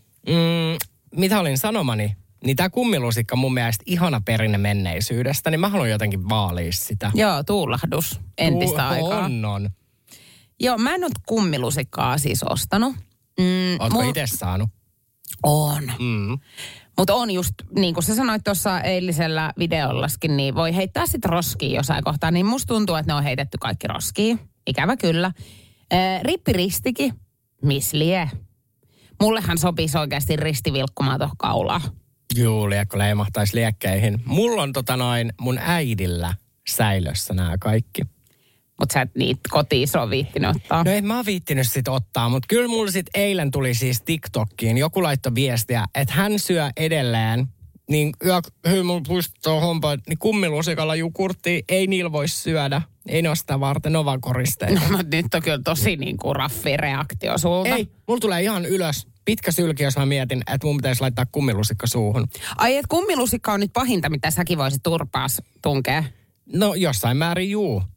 mitä olin sanomani, niin tämä kummilusikka mun mielestä ihana perinne menneisyydestä, niin mä haluan jotenkin vaalia sitä. Joo, tuulahdus entistä aikaa. On. Joo, mä en ole kummilusikkaa siis ostanut. Ootko itse saanut? On. Mutta on just, niin kuin sä sanoit tuossa eilisellä videollaskin, niin voi heittää sit roskiin jossain kohtaa. Niin musta tuntuu, että ne on heitetty kaikki roskiin. Ikävä kyllä. Rippiristikin. Miss lie. Mullehan sopisi oikeasti ristivilkkumaan tuohon kaulaan. Juu, liekko leimahtaisi liekkeihin. Mulla on mun äidillä säilössä nämä kaikki. Mutta sä et niitä kotiin ole viittinyt ottaa. No en mä oon viittinyt sit ottaa, mutta kyllä mulla sit eilen tuli siis TikTokkiin. Joku laittoi viestiä, että hän syö edelleen, niin mulla puistoo hompa, niin kummilusikalla jogurttia, ei niillä voi syödä. Ei ne ole sitä varten, ne on vaan koristeita. No nyt on kyllä tosi niinku raffi reaktio sulta. Ei, mulla tulee ihan ylös. Pitkä sylki, jos mä mietin, että mun pitäisi laittaa kummilusikka suuhun. Ai, että kummilusikka on nyt pahinta, mitä säkin voisit turpaas tunkea. No jossain määrin juu.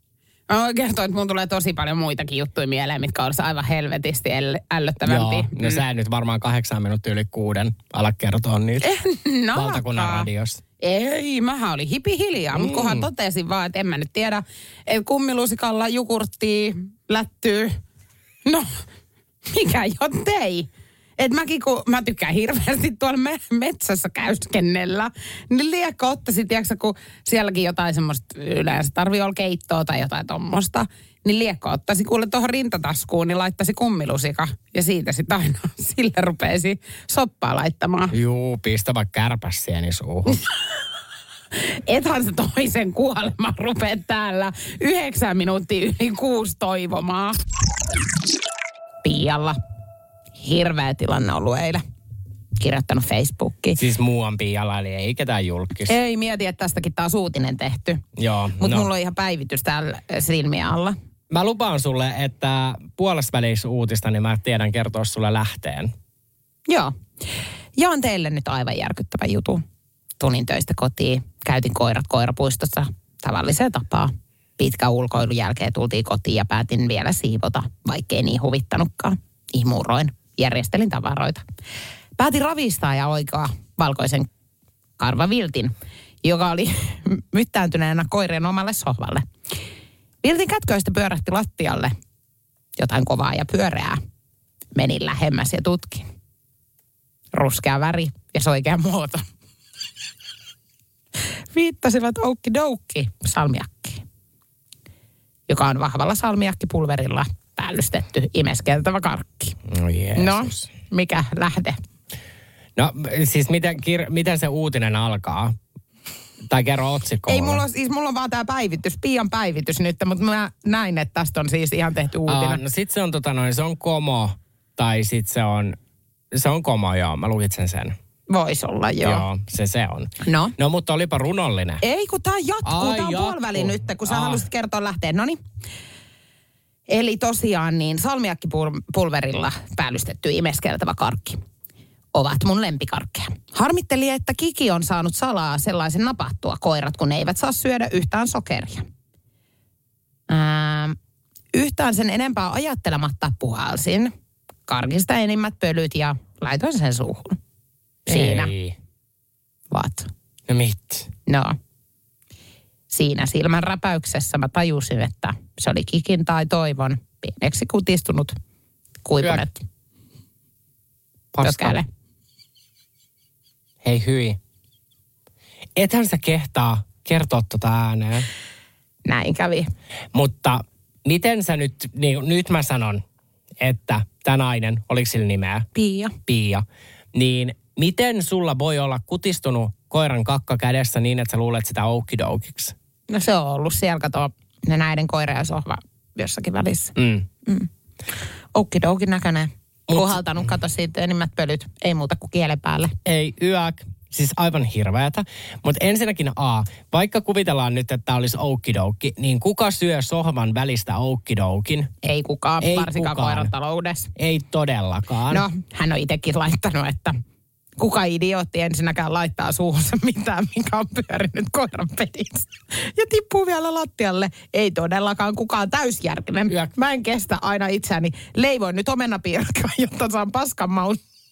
Mä voin kertoa, että mun tulee tosi paljon muitakin juttuja mieleen, mitkä olisi aivan helvetisti ällöttävämpiä. Joo, no sä nyt varmaan 8 minuuttia yli 6 ala kertoa niitä valtakunnan radiossa. Ei, mähän olin hiljaa, mutta kunhan totesin vaan, että en mä nyt tiedä, että kummilusikalla jukurttia, lättyy. No, mikä jo tei? Et mäkin, kun mä tykkään hirveästi tuolla metsässä käyskennellä, niin liekko ottaisin, tiedätkö, kun sielläkin jotain semmoista yleensä tarvii olla keittoa tai jotain tommosta, niin liekko ottaisi kuule tuohon rintataskuun, niin laittaisi kummilusika ja siitä sitten aina sille rupeisi soppaa laittamaan. Juu, pistä vaikka kärpäsieni suuhun. Ethän se toisen kuoleman rupea täällä 9 minuuttia yli 6 toivomaan. Pialla. Hirveä tilanne ollut eilen. Kirjoittanut Facebookiin. Siis muuan Pialla, eli ei ketään julkis. Ei, mieti, että tästäkin taas uutinen tehty. Joo. Mutta mulla on ihan päivitys täällä silmiä alla. Mä lupaan sulle, että puolesvälissä uutista, niin mä tiedän kertoa sulle lähteen. Joo. Jaan teille nyt aivan järkyttävä jutu. Tulin töistä kotiin, käytin koirat koirapuistossa tavalliseen tapaan. Pitkän ulkoilun jälkeen tultiin kotiin ja päätin vielä siivota, vaikkei niin huvittanutkaan. Ihmuroin, järjestelin tavaroita. Päätin ravistaa ja oikoa valkoisen karvaviltin, joka oli myttääntyneenä koirien omalle sohvalle. Viltin kätköistä pyörähti lattialle jotain kovaa ja pyöreää. Menin lähemmäs ja tutkin. Ruskea väri ja soikea muoto. Viittasivat oukkidoukki salmiakkiin, joka on vahvalla salmiakkipulverilla päällystetty imeskeltävä karkki. No Jeesus. No, mikä lähde? No siis miten se uutinen alkaa? Tai kerro otsikko. Ei mulla on vaan tää päivitys, Pian päivitys nyt, mutta mä näin, että tästä on siis ihan tehty uutinen. No sit se on se on Komo, tai sit se on Komo, joo, mä lukitsen sen. Voisi olla, joo. Joo, se on. No, mutta olipa runollinen. Ei, kun tää jatkuu, tää on puoliväli nyt, kun sä halusit kertoa lähteen. Noniin. Eli tosiaan niin salmiakkipulverilla päällystetty imeskeltävä karkki ovat mun lempikarkkeja. Harmitteli, että Kiki on saanut salaa sellaisen napattua koirat, kun ne eivät saa syödä yhtään sokeria. Yhtään sen enempää ajattelematta puhalsin karkista enimmät pölyt ja laitoin sen suuhun. Siinä. Ei. What? No mit? No. Siinä silmän räpäyksessä mä tajusin, että se oli Kikin tai Toivon pieneksi kutistunut kuivunet. Tökäle. Hei hyi. Ethän sä kehtaa kertoa tota ääneen. Näin kävi. Mutta miten sä nyt mä sanon, että tämä nainen, oliko sillä nimeä? Pia. Niin miten sulla voi olla kutistunut koiran kakka kädessä niin, että sä luulet sitä oukkidoukiksi? No se on ollut siellä, kato, ne näiden koira ja sohva jossakin välissä. Oukidoukin näköinen. Puhaltanut, kato siitä enimmät pölyt. Ei muuta kuin kielen päälle. Ei, yäk. Siis aivan hirveätä. Mutta ensinnäkin vaikka kuvitellaan nyt, että tämä olisi oukkidoukki, niin kuka syö sohvan välistä oukkidoukin? Ei kukaan, varsinkaan koiran taloudessa. Ei todellakaan. No, hän on itsekin laittanut, että kuka idiootti ensinnäkään laittaa suuhunsa mitään, mikä on pyörinyt koiran pedissä. Ja tippuu vielä lattialle. Ei todellakaan kukaan täysjärkinen. Mä en kestä aina itseäni. Leivoin nyt omenapiirakkaa, jotta saan paskan maun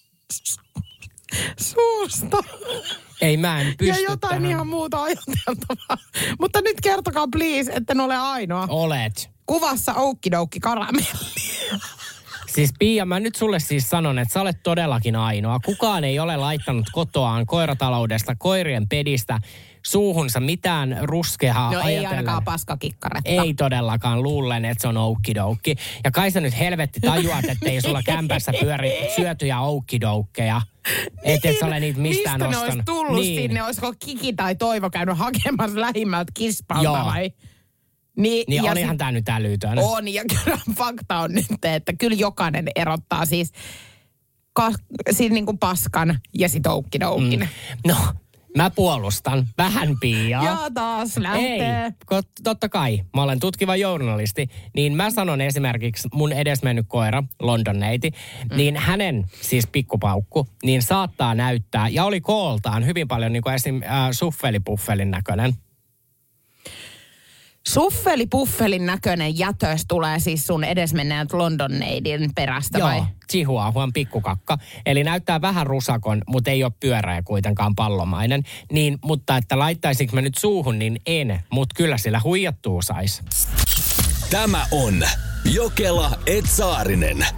suusta. Ei, mä en pysty ja jotain tähän. Ihan muuta ajateltavaa. Mutta nyt kertokaa please, että en ole ainoa. Olet. Kuvassa oukkidoukki karamelli. Siis Pia, mä nyt sulle siis sanon, että sä olet todellakin ainoa. Kukaan ei ole laittanut kotoaan koirataloudesta, koirien pedistä suuhunsa mitään ruskeaa no ajatellen. ei ainakaan paskakikkaretta. Ei todellakaan, luulen, että se on oukkidoukki. Ja kai sä nyt helvetti tajuat, ettei sulla kämpässä pyöri syötyjä oukkidoukkeja. Että et sä ole niitä mistään mistä ostanut. ne olisi tullut sinne? Olisiko Kiki tai Toivo käynyt hakemassa lähimmältä kispalta vai? Niin olihan tää nyt älytön. On, ja kyllä fakta on nyt, että kyllä jokainen erottaa siis niin kuin paskan ja sit oukkidoukin. No, mä puolustan vähän Piaa. Ja taas lähtee. Ei, totta kai. Mä olen tutkiva journalisti. Niin mä sanon esimerkiksi mun edesmennyt koira, London neiti, niin hänen siis pikkupaukku, niin saattaa näyttää, ja oli kooltaan hyvin paljon niin kuin esim. Suffelipuffelin näköinen. Suffeli-puffelin näköinen jätös tulee siis sun edesmenneen London-neidin perästä vai? Joo, chihuahuan pikkukakka. Eli näyttää vähän rusakon, mutta ei ole pyöreä kuitenkaan pallomainen. Niin, mutta että laittaisinko mä nyt suuhun, niin en. Mutta kyllä sillä huijattua sais. Tämä on Jokela & Saarinen.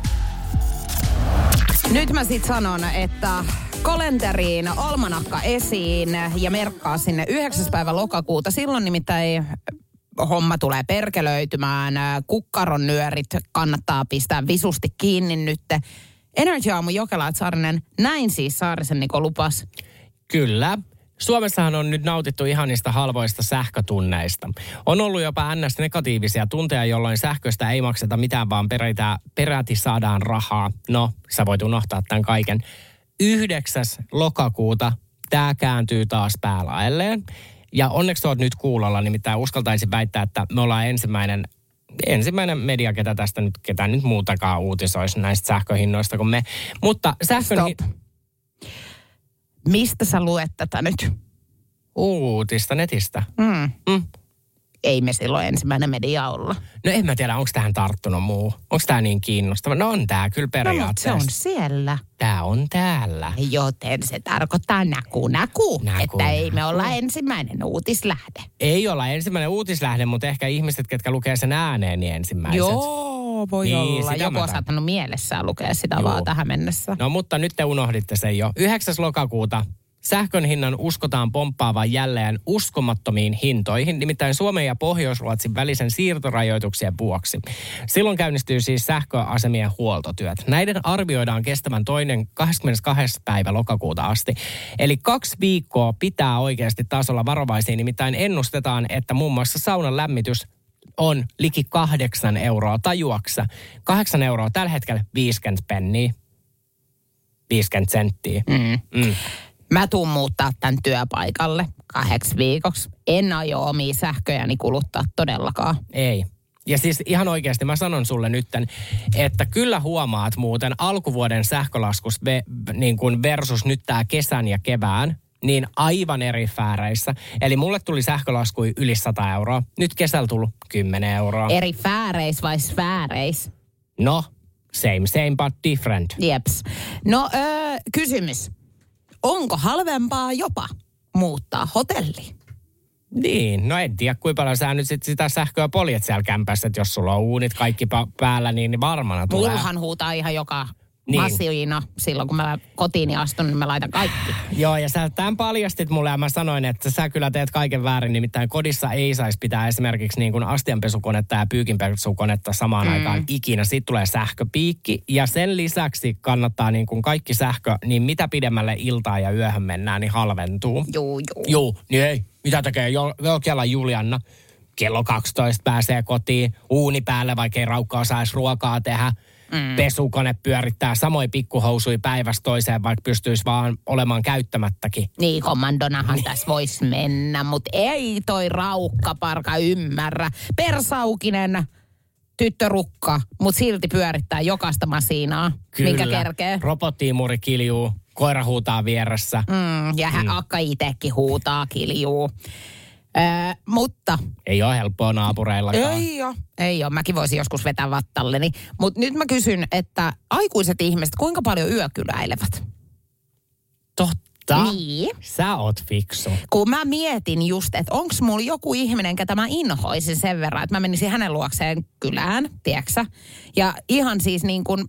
Nyt mä sit sanon, että kalenteriin almanakka esiin ja merkkaa sinne 9. päivä lokakuuta. Silloin nimittäin homma tulee perkelöitymään. Kukkaron nyörit kannattaa pistää visusti kiinni nyt. Energy Aamu Jokela & Saarinen, näin siis Saarisen Niko lupas. Kyllä. Suomessahan on nyt nautittu ihanista halvoista sähkötunneista. On ollut jopa NS-negatiivisia tunteja, jolloin sähköstä ei makseta mitään, vaan peräti saadaan rahaa. No, sä voit unohtaa tämän kaiken. 9. lokakuuta tämä kääntyy taas päälaelleen. Ja onneksi oot nyt kuulolla, nimittäin uskaltaisin väittää, että me ollaan ensimmäinen media, ketä nyt muutakaan uutisoisi näistä sähköhinnoista kuin me. Mutta Stop. Mistä sä luet tätä nyt? Uutista netistä. Ei me silloin ensimmäinen media olla. No en mä tiedä, onko tähän tarttunut muu. Onko tää niin kiinnostava? No on tää kyllä periaatteessa. No, mutta se on siellä. Tää on täällä. Joten se tarkoittaa näku. Että ei me olla ensimmäinen uutislähde. Ei olla ensimmäinen uutislähde, mutta ehkä ihmiset, ketkä lukee sen ääneen, niin ensimmäiset. Joo, voi niin, olla. Joku on saattanut mielessään lukea sitä vaan tähän mennessä. No mutta nyt te unohditte sen jo. 9. lokakuuta sähkön hinnan uskotaan pomppaavan jälleen uskomattomiin hintoihin, nimittäin Suomen ja Pohjois-Ruotsin välisen siirtorajoituksien vuoksi. Silloin käynnistyy siis sähköasemien huoltotyöt. Näiden arvioidaan kestävän 22. päivä lokakuuta asti. Eli 2 viikkoa pitää oikeasti taas olla varovaisia, nimittäin ennustetaan, että muun muassa saunan lämmitys on liki 8 euroa tajuaksa. 8 euroa tällä hetkellä 50 penniä. 50 senttiä. Mä tuun muuttaa tämän työpaikalle 8 viikoksi. En aio omia sähköjäni kuluttaa todellakaan. Ei. Ja siis ihan oikeasti mä sanon sulle nytten, että kyllä huomaat muuten alkuvuoden sähkölaskus niin kuin versus nyt tää kesän ja kevään, niin aivan eri fääreissä. Eli mulle tuli sähkölaskui yli 100 euroa. Nyt kesällä tullut 10 euroa. Eri fääreis vai sfääreis? No, same but different. Jeps. No, kysymys. Onko halvempaa jopa muuttaa hotelli? Niin, no en tiedä kuinka paljon sä nyt sitä sähköä poljet siellä kämpässä, että jos sulla on uunit kaikki päällä, niin varmana tulee. Mullahan huutaa ihan joka masiina. Silloin kun mä kotiin astun, niin mä laitan kaikki. Joo, ja sä tämän paljastit mulle ja mä sanoin, että sä kyllä teet kaiken väärin. Nimittäin kodissa ei saisi pitää esimerkiksi niin kuin astianpesukonetta ja pyykinpesukonetta samaan aikaan ikinä. Siitä tulee sähköpiikki ja sen lisäksi kannattaa niin kuin kaikki sähkö, niin mitä pidemmälle iltaan ja yöhön mennään, niin halventuu. Joo, niin ei. Mitä tekee Jokela Julianna? Kello 12 pääsee kotiin, uuni päälle, vaikka ei raukkaa saisi ruokaa tehdä. Pesukone pyörittää samoin pikkuhousui päivästä toiseen, vaikka pystyisi vaan olemaan käyttämättäkin. Niin, kommandonahan tässä voisi mennä, mutta ei toi raukkaparka ymmärrä. Persaukinen tyttörukka, mutta silti pyörittää jokaista masiinaa, minkä kerkee. Robottiimuri kiljuu, koira huutaa vieressä. Ja akka itsekin huutaa, kiljuu. Mutta ei ole helppoa naapureillakaan. Ei ole. Mäkin voisin joskus vetää vattalleni. Mutta nyt mä kysyn, että aikuiset ihmiset, kuinka paljon yökyläilevät? Totta. Niin. Sä oot fiksu. Kun mä mietin just, että onks mulla joku ihminen, ketä mä inhoisin sen verran, että mä menisin hänen luokseen kylään, tieksä? Ja ihan siis niin kuin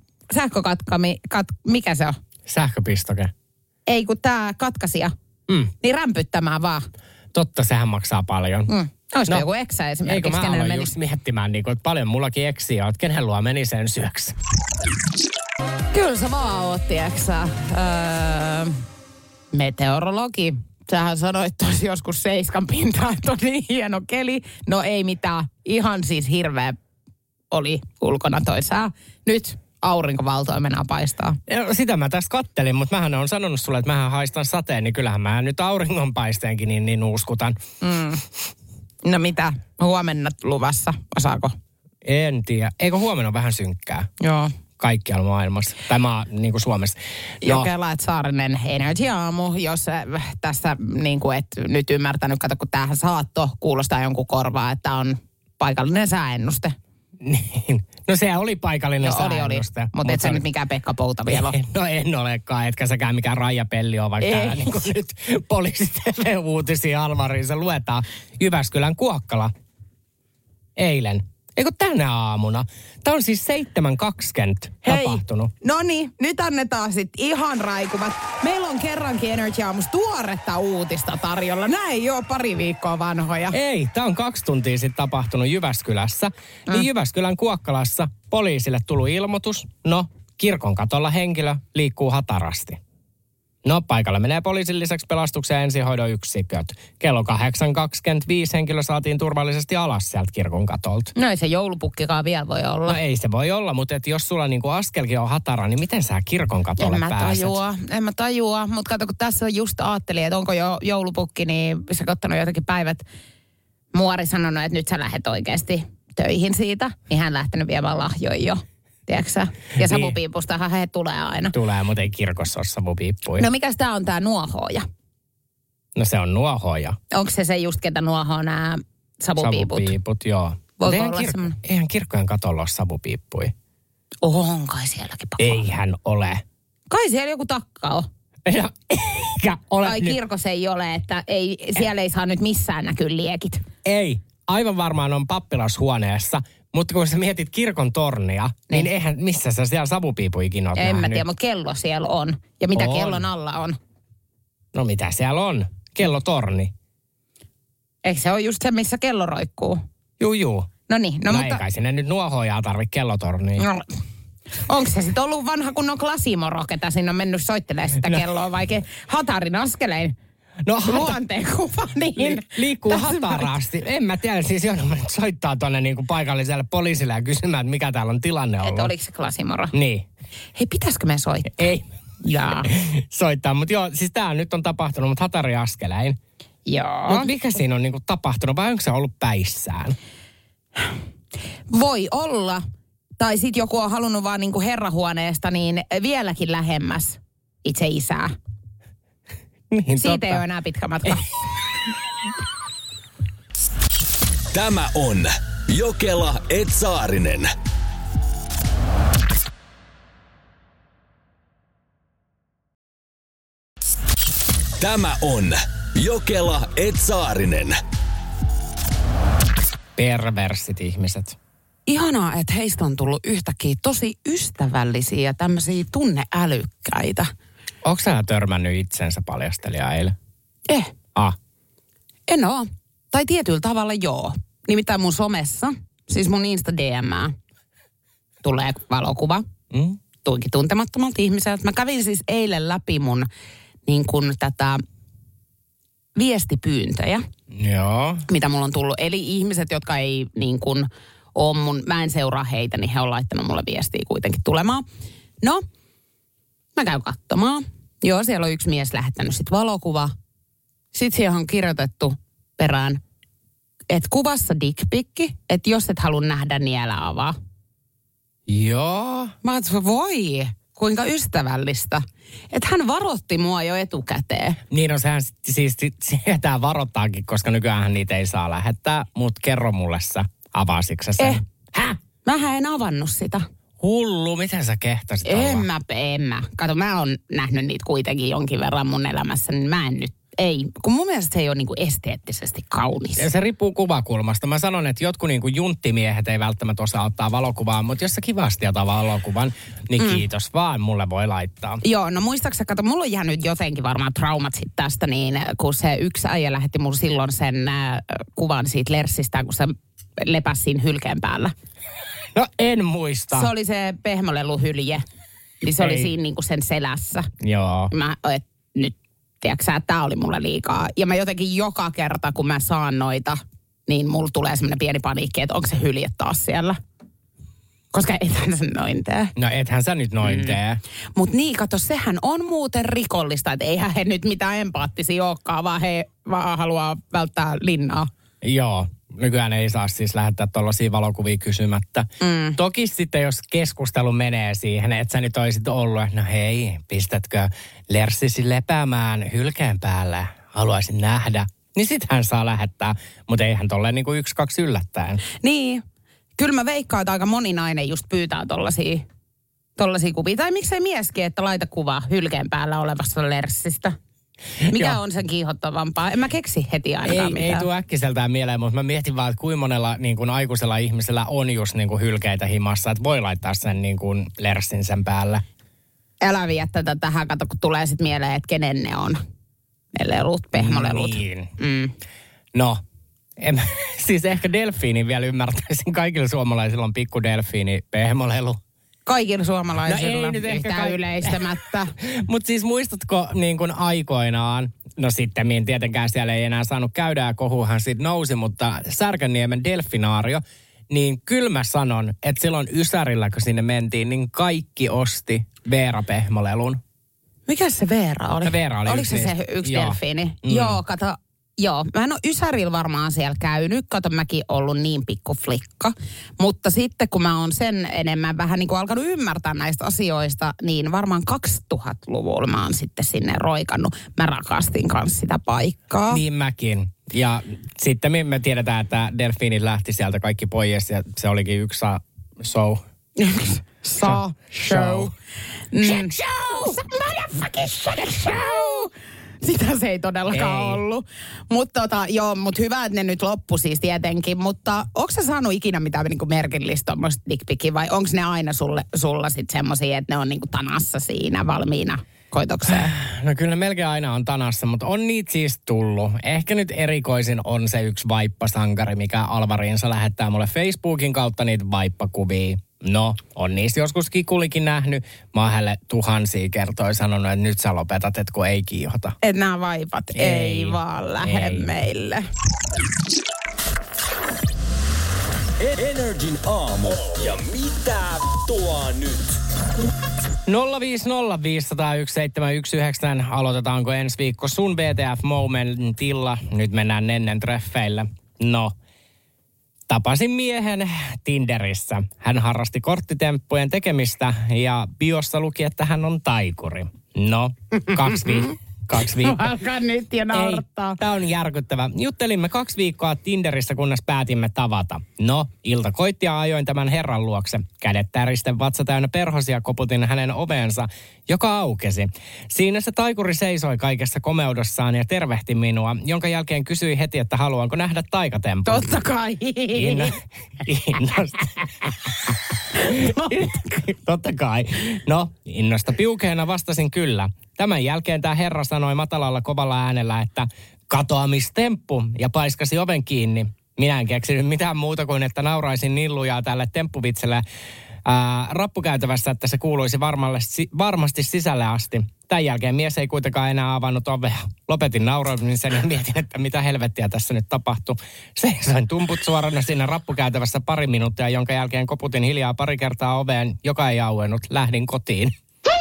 mikä se on? Sähköpistoke. Ei kun tää katkaisija. Niin rämpyttämään vaan. Totta, sehän maksaa paljon. Olisiko joku eksä esimerkiksi? Eikö mä aloin just miettimään, niin kuin, että paljon mullakin eksiä on, että kenen luo meni sen syöksi? Kyllä sä vaan oot, tieksä. Meteorologi. Sähän sanoit tosi joskus 7 pintaa, että on niin hieno keli. No ei mitään. Ihan siis hirveä oli ulkona toi sää. Nyt aurinkovaltoimenaan paistaa. Ja sitä mä tässä kattelin, mutta mähän on sanonut sulle, että mähän haistan sateen, niin kyllähän mä nyt auringonpaisteenkin niin uuskutan. No mitä? Huomenna luvassa, osaako? En tiedä. Eikö huomenna ole vähän synkkää? Joo. Kaikkialla maailmassa. Tai niin kuin Suomessa. Jokela & Saarinen Energy Aamu, jos tässä niin kuin et nyt ymmärtänyt, kato kun tämähän saatto kuulostaa jonkun korvaa, että on paikallinen sääennuste. Niin. No se oli paikallinen sääennuste. Mutta et sä nyt mikään Pekka Pouta vielä ole. No en olekaan, etkä säkään mikään Raija Pelli ole, vaikka täällä niin nyt poliisi-TV-uutisia Almariinsa luetaan. Jyväskylän Kuokkala. Eilen. Eikö tänä aamuna? Tämä on siis 7.20 tapahtunut. No niin, nyt annetaan sitten ihan raikuvat. Meillä on kerrankin Energy Aamussa tuoretta uutista tarjolla. Nämä ei ole pari viikkoa vanhoja. Ei, tämä on 2 tuntia sitten tapahtunut Jyväskylässä. Niin Jyväskylän Kuokkalassa poliisille tullut ilmoitus. No, kirkon katolla henkilö liikkuu hatarasti. No, paikalle menee poliisin lisäksi pelastuksen ja ensihoidon yksiköt. Kello 8.25 henkilö saatiin turvallisesti alas sieltä kirkon katolta. No ei se joulupukkikaan vielä voi olla. No ei se voi olla, mutta et jos sulla niinku askelkin on hatara, niin miten sä kirkon katolle pääset? En mä tajua, mutta kato kun tässä just ajattelin, että onko jo joulupukki, niin sä ottanut jotakin päivät. Muori sanonut, että nyt sä lähdet oikeasti töihin siitä, niin hän lähtenyt viemään lahjoja jo. Tiedätkö? Ja savupiipustahan he tulee aina. Tulee, mutta ei kirkossa ole savupiippuja. No mikäs tää on tää nuohooja? No se on nuohooja. Onko se just, ketä nuohoo nämä savupiiput? Savupiiput, joo. Voiko olla semmoinen? Eihän kirkkojen katolla ole savupiippuja. On kai sielläkin pakolla. Eihän ole. Kai siellä joku takka on. No, eikä ole. Ai kirkossa ei ole, että siellä ei saa nyt missään näkyä liekit. Ei. Aivan varmaan on pappilashuoneessa. Mutta kun sä mietit kirkon tornia, niin eihän missä sä siellä savupiipuikin oot nähnyt. En mä tiedä, mutta kello siellä on. Ja mitä kellon alla on? No mitä siellä on? Kellotorni. Eikö se ole just se, missä kello roikkuu? Juu. No niin. No mutta ei kai sinne nyt nuohoojaa tarvitse kellotorniin. No, onko se sitten ollut vanha kunnon klasimoro, ketä sinne on mennyt soittelemaan sitä kelloa, vaikka hatarin askelein? No luonteen kuva, niin. Liikkuu hatarasti. En mä tiedä, siis joudun nyt soittaa tuonne niin kuin paikalliselle poliisille ja kysymään, että mikä täällä on tilanne ollut. Että oliko se klasimoro? Niin. Hei, pitäisikö me soittaa? Ei. Jaa. Soittaa, mutta joo, siis tää nyt on tapahtunut, mutta hatari askelein. Joo. Mutta mikä siinä on niin kuin tapahtunut, vai onko se ollut päissään? Voi olla. Tai sitten joku on halunnut vaan niin kuin herrahuoneesta niin vieläkin lähemmäs itse isää. Niin, siitä ei ole enää pitkä matka. Tämä on Jokela & Saarinen. Tämä on Jokela & Saarinen. Perversit ihmiset. Ihanaa, että heistä on tullut yhtäkkiä tosi ystävällisiä ja tämmöisiä tunneälykkäitä. Onko sä törmännyt itsensä paljastelija eilen? En oo. Tai tietyllä tavalla joo. Nimittäin mun somessa, siis mun Insta-DM:ää, tulee valokuva. Tuinkin tuntemattomalta ihmiseltä. Mä kävin siis eilen läpi mun niin kun tätä viestipyyntöjä. Joo. Mitä mulla on tullut. Eli ihmiset, jotka ei niin kun ole mä en seuraa heitä, niin he on laittanut mulle viestiä kuitenkin tulemaan. No, mä käyn katsomaan. Joo, siellä on yksi mies lähettänyt sit valokuva. Sitten siihen on kirjoitettu perään, että kuvassa dickpikki, että jos et halua nähdä, niin älä avaa. Joo. Mä ajattelin, voi, kuinka ystävällistä. Että hän varoitti mua jo etukäteen. Niin, no sehän siis sieltä varoittaakin, koska nykyään niitä ei saa lähettää. Mutta kerro mulle sä, avasitko sä sen? Mähän en avannut sitä. Hullu, miten sä kehtasit olla? En mä. Kato, mä oon nähnyt niitä kuitenkin jonkin verran mun elämässä, niin mä en nyt, ei. Kun mun mielestä se ei ole niinku esteettisesti kaunis. Se riippuu kuvakulmasta. Mä sanon, että jotkut niinku junttimiehet ei välttämättä osaa ottaa valokuvaa, mutta jos sä kivasti otat valokuvan, niin kiitos vaan, mulle voi laittaa. Joo, no muistaaksä, kato, mulla on jäänyt jotenkin varmaan traumat sit tästä, niin kun se yksi äijä lähetti mulle silloin sen kuvan siitä lerssistä, kun se lepäsi siinä hylkeen päällä. No en muista. Se oli se pehmoleluhylje. Niin se oli siinä niinku sen selässä. Joo. Nyt, tiedätkö sä, tää oli mulle liikaa. Ja mä jotenkin joka kerta, kun mä saan noita, niin mulla tulee semmoinen pieni paniikki, että onko se hylje taas siellä. Koska ethän sä noin tee. No ethän sä nyt noin tee. Mut niin, kato, sehän on muuten rikollista, että eihän he nyt mitään empaattisia olekaan, vaan he vaan haluaa välttää linnaa. Joo. Nykyään ei saa siis lähettää tuollaisia valokuvia kysymättä. Toki sitten, jos keskustelu menee siihen, että sä nyt olisit ollut, että no hei, pistätkö lerssisi lepäämään hylkeen päällä? Haluaisin nähdä. niin sit hän saa lähettää. Mutta eihän tolleen niinku 1-2 yllättäen. Niin. Kyllä mä veikkaan, että aika moni nainen just pyytää tollasia kuvia. Tai miksei mieskin, että laita kuva hylkeen päällä olevasta lerssistä. Mikä on sen kiihottavampaa? En mä keksi heti ainakaan mitään. Ei tule äkkiseltään mieleen, mutta mä mietin vaan, että kuinka monella niin kuin aikuisella ihmisellä on just niin kuin hylkeitä himassa, että voi laittaa sen niin kuin lerssin sen päälle. Älä vie tätä tähän, kato, kun tulee sitten mieleen, että kenen ne on. Ne lelut, pehmolelut. Niin. No, siis ehkä delfiinin vielä ymmärtäisin. Kaikilla suomalaisilla on pikku delfiini pehmolelu. Kaikilla suomalaisilla, no ei yhtään yleistämättä. Mutta siis muistatko niin kuin aikoinaan, no sitten tietenkään siellä ei enää saanut käydä ja kohuhan siitä nousi, mutta Särkänniemen delfinaario, niin kyllä mä sanon, että silloin Ysärillä kun sinne mentiin, niin kaikki osti Veera-pehmolelun. Mikä se Veera oli? Veera oli oliko se yksi delfiini? Joo, kato. Joo, mä en ole Ysärillä varmaan siellä käynyt. Kato, mäkin ollut niin pikku flikka. Mutta sitten kun mä oon sen enemmän vähän niin kuin alkanut ymmärtää näistä asioista, niin varmaan 2000-luvulla mä oon sitten sinne roikannut. Mä rakastin kanssa sitä paikkaa. Niin mäkin. Ja sitten me tiedetään, että delfiinit lähti sieltä kaikki pois ja se olikin yksi show. Show. Show. Motherfucking show! Sitä se ei todellakaan ollut. Mutta mut hyvä, että ne nyt loppu siis tietenkin. Mutta onko sä saanut ikinä mitään niinku merkillistä tommoista dickpicia vai onko ne aina sulla sit semmosia, että ne on niinku tanassa siinä valmiina koitokseen? No kyllä melkein aina on tanassa, mutta on niitä siis tullut. Ehkä nyt erikoisin on se yksi vaippasankari, mikä Alvariinsa lähettää mulle Facebookin kautta niitä vaippakuvia. No, on niistä joskus Kikulikin nähnyt. Mä oon hänelle tuhansia kertoja sanonut, että nyt sä lopetat, että kun ei kiihota. Että nämä vaipat ei vaan lähde meille. Energin aamu. Ja mitä nyt? 050501719. Aloitetaanko ensi viikko sun BTF Momentilla? Nyt mennään Nennen treffeille. No. Tapasin miehen Tinderissä. Hän harrasti korttitemppujen tekemistä ja biossa luki, että hän on taikuri. No, 2 viikkoa. Alkaa nyt jo naurattaa. Tämä on järkyttävä. Juttelimme 2 viikkoa Tinderissä, kunnes päätimme tavata. No, ilta koitti ja ajoin tämän herran luokse. Kädet täristen, vatsa täynnä perhosia, koputin hänen ovensa, joka aukesi. Siinä se taikuri seisoi kaikessa komeudossaan ja tervehti minua, jonka jälkeen kysyi heti, että haluanko nähdä taikatempun. Totta kai. Totta kai. No, innosta piukeena vastasin kyllä. Tämän jälkeen tämä herra sanoi matalalla kovalla äänellä, että katoamistemppu ja paiskasi oven kiinni. Minä en keksinyt mitään muuta kuin, että nauraisin nillujaa tälle temppuvitselle rappukäytävässä, että se kuuluisi varmasti sisälle asti. Tämän jälkeen mies ei kuitenkaan enää avannut ovea. Lopetin nauramisen ja mietin, että mitä helvettiä tässä nyt tapahtui. Seisoin tumput suorana siinä rappukäytävässä 2 minuuttia, jonka jälkeen koputin hiljaa 2 kertaa oveen, joka ei auennut. Lähdin kotiin.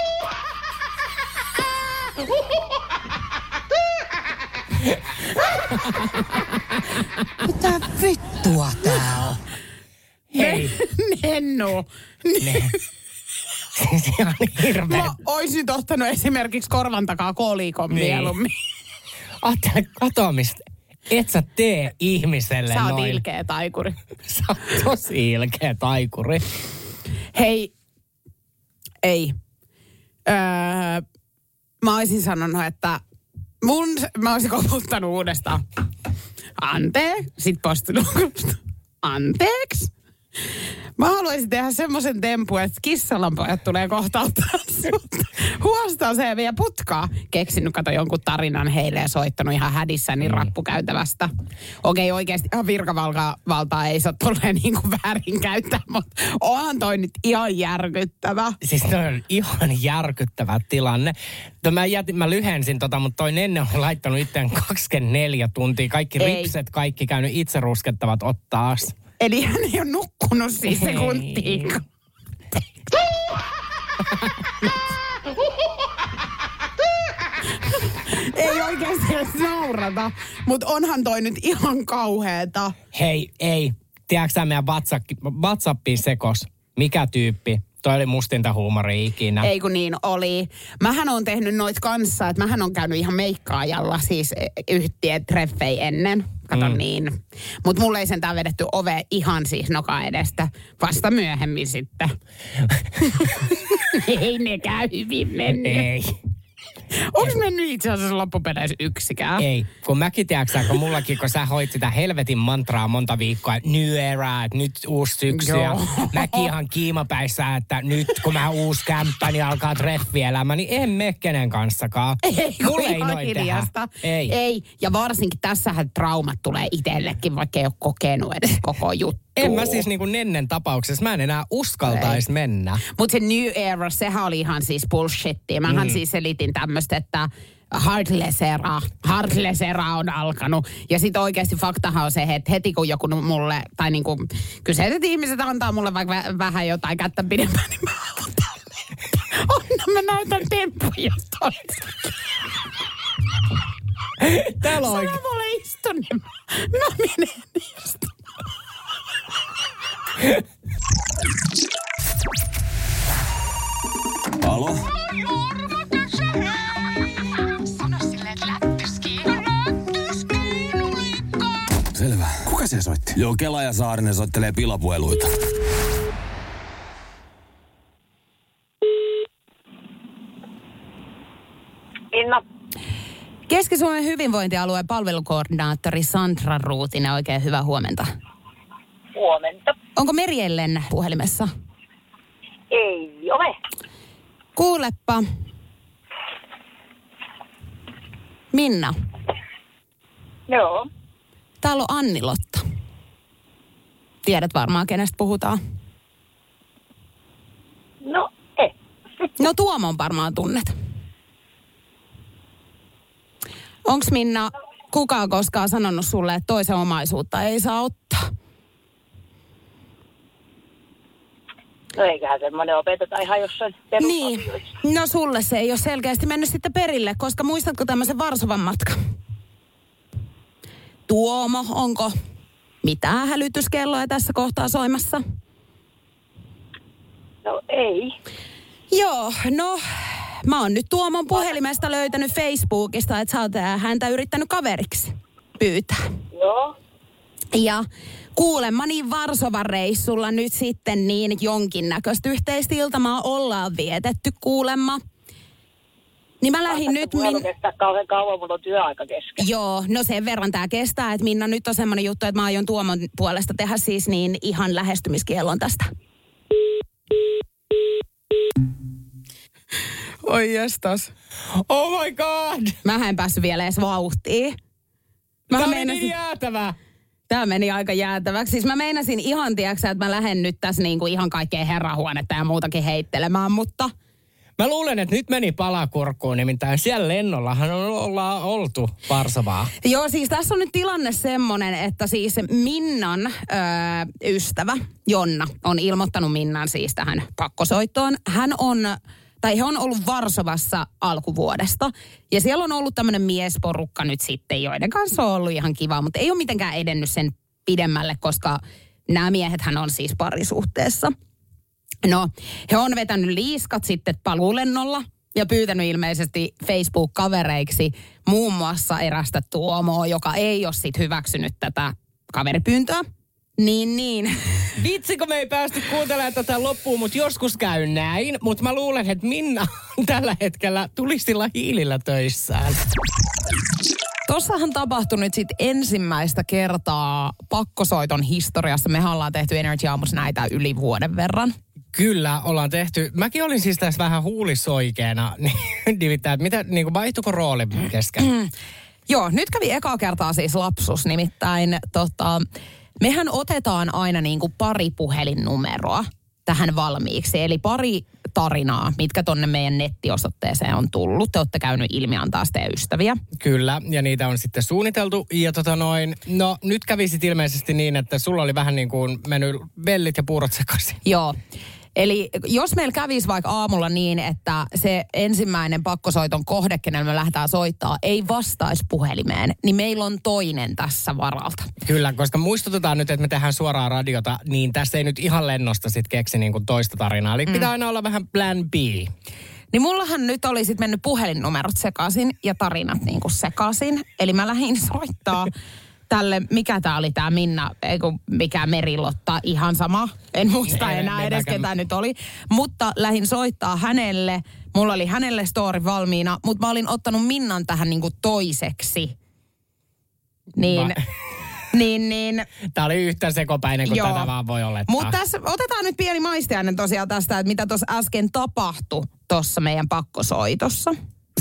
Mitä vittua tää on? Hei. Nennu. Se on hirveä. Mä oisin nyt ottanut esimerkiksi korvan takaa kolikon mieluummin. Ajattele katoamista. Et sä tee ihmiselle Sä noin. oot ilkeä taikuri. Sä oot tosi ilkeä taikuri. Hei, ei. Mä oisin sanonut, että mä oisin koputtanut uudestaan. Anteeksi. Sitten postilukusta. Anteeksi. Mä haluaisin tehdä semmoisen tempun, että kissalanpojat tulee kohta ottaa sut. Huostaa se vielä putkaa. Keksinyt, kato jonkun tarinan heille ja soittanut ihan hädissäni rappukäytävästä. Okei, oikeasti ihan virkavaltaa ei saa tolleen niin kuin väärin käyttää, mutta onhan toi nyt ihan järkyttävä. Siis toi on ihan järkyttävä tilanne. Mä lyhensin mutta toi Nenne on laittanut itseään 24 tuntia. Kaikki ripset, kaikki käynyt itse ruskettavat ottaas. Eli hän ei ole nukkunut siis sekuntiin. Ei oikeasti edes naurata, mutta onhan toi nyt ihan kauheeta. Hei, ei. Tiedätkö sä meidän WhatsAppiin sekos? Mikä tyyppi? Toi oli mustinta huumoria ikinä. Ei kun niin oli. Mähän on tehnyt noit kanssa, että mähän on käynyt ihan meikkaajalla siis treffei ennen. Kato niin. Mutta mulle ei sentään vedetty ove ihan siis noka edestä. Vasta myöhemmin sitten. Ei nekään hyvin mennyt. Ei. Onko mennyt itse asiassa loppupeleissä yksikään? Ei, kun mäkin tiedätkö, kun mullakin, kun sä hoit sitä helvetin mantraa monta viikkoa, että new era, että nyt uusi syksy. Ja mäkin ihan kiimapäissä, että nyt kun mä uusi kämppä, niin alkaa treffielämä, niin en mene kenen kanssakaan. Ei, mulle ei ihan noin hiljasta. tehdä. Ei, ja varsinkin tässähän traumat tulee itsellekin, vaikka ei ole kokenut edes koko juttu. En mä siis niin kuin Nennen tapauksessa, mä en enää uskaltaisi mennä. Mutta se New Era, sehän oli ihan siis bullshittia. Mähän siis selitin tämmöistä, että Heartless Era on alkanut. Ja sitten oikeasti faktahan on se, että heti kun joku mulle, tai niinku kyseiset ihmiset antaa mulle vaikka vähän jotain kättä pidempään, niin mä haluan tälleen. Mä näytän temppuja toisaalta. Täällä on Sano mulle istu, niin mä menen istumaan. Alo? Sano silleen, että lättyskii. Selvä. Kuka se soitti? Joo, Kela ja Saarinen soittelee pilapueluita. Inna. Keski-Suomen hyvinvointialueen palvelukoordinaattori Sandra Ruutinen, oikein hyvää huomenta. Huomenta. Onko Meriellen puhelimessa? Ei ole. Kuulepa. Minna, Joo. täällä on Anni-Lotta. Tiedät varmaan, kenestä puhutaan. No, ei. No Tuomon varmaan tunnet. Onks Minna kukaan koskaan sanonut sulle, että toisen omaisuutta ei saa ottaa? No eiköhän semmoinen opeteta ihan jossain Niin. No sulle se ei ole selkeästi mennyt sitten perille, koska muistatko tämmöisen Varsovan matkan? Tuomo, onko mitään hälytyskelloja tässä kohtaa soimassa? No ei. Joo, no mä oon nyt Tuomon puhelimesta löytänyt Facebookista, että sä oot häntä yrittänyt kaveriksi pyytää. Joo. Ja kuulemma niin Varsovan reissulla nyt sitten niin jonkinnäköistä yhteistä iltamaa ollaan vietetty kuulemma. Niin mä lähdin nyt... kestää kauhean kauan, mutta on työaika kesken. Joo, no sen verran tää kestää, että Minna nyt on semmoinen juttu, että mä aion Tuomon puolesta tehdä siis niin ihan lähestymiskiellon tästä. Oi jestas. Oh my god! Mä en päässyt vielä edes vauhtiin. Tämä meni niin jäätävä. Tämä meni aika jäätäväksi. Siis mä meinasin ihan, tiiäksä, että mä lähden nyt tässä niinku ihan kaikkea herrahuonetta ja muutakin heittelemään, mutta... Mä luulen, että nyt meni palakurkkuun, nimittäin siellä lennollahan ollaan oltu Varsovaa. Joo, siis tässä on nyt tilanne semmoinen, että siis Minnan ystävä Jonna on ilmoittanut Minnan siis tähän pakkosoittoon. he on ollut Varsovassa alkuvuodesta. Ja siellä on ollut tämmöinen miesporukka nyt sitten, joiden kanssa on ollut ihan kiva, mutta ei ole mitenkään edennyt sen pidemmälle, koska nämä miehethän on siis parisuhteessa. No, he on vetänyt liiskat sitten paluulennolla ja pyytänyt ilmeisesti Facebook-kavereiksi muun muassa erästä Tuomoa, joka ei ole sitten hyväksynyt tätä kaveripyyntöä. Niin. Vitsi, kun me ei päästy kuuntelemaan tätä loppuun, mutta joskus käy näin. Mutta mä luulen, että Minna on tällä hetkellä tulistilla hiilillä töissään. Tossahan tapahtui nyt sitten ensimmäistä kertaa pakkosoiton historiassa. Mehän ollaan tehty Energy Aamussa näitä yli vuoden verran. Kyllä, ollaan tehty. Mäkin olin siis tässä vähän huulisoikeena. Nimittäin, että mitä, niin kuin vaihtuiko rooli kesken? Joo, nyt kävi ekaa kertaa siis lapsus. Nimittäin mehän otetaan aina niin kuin pari puhelinnumeroa tähän valmiiksi. Eli pari tarinaa, mitkä tonne meidän nettiosoitteeseen on tullut. Te olette käynyt ilmi antaa teidän ystäviä. Kyllä, ja niitä on sitten suunniteltu. Ja no nyt kävi sitten ilmeisesti niin, että sulla oli vähän niin kuin mennyt vellit ja puurot sekaisin. Joo. Eli jos meillä kävisi vaikka aamulla niin, että se ensimmäinen pakkosoiton kohde, kenellä me lähdetään soittaa, ei vastaisi puhelimeen, niin meillä on toinen tässä varalta. Kyllä, koska muistutetaan nyt, että me tehdään suoraa radiota, niin tässä ei nyt ihan lennosta sit keksi niin kuin toista tarinaa. Eli pitää aina olla vähän plan B. Niin mullahan nyt oli sit mennyt puhelinnumerot sekaisin ja tarinat niin kuin sekaisin. Eli mä lähdin soittaa tälle, mikä tää oli tää Minna, mikä Merilotta, ihan sama. En muista enää edes ketä nyt oli. Mutta lähdin soittaa hänelle. Mulla oli hänelle story valmiina, mutta mä olin ottanut Minnan tähän niinku toiseksi. Niin. Tää oli yhtä sekopäinen kuin tätä vaan voi olettaa. Mutta tässä otetaan nyt pieni maistiainen tosiaan tästä, että mitä tuossa äsken tapahtui tuossa meidän pakkosoitossa.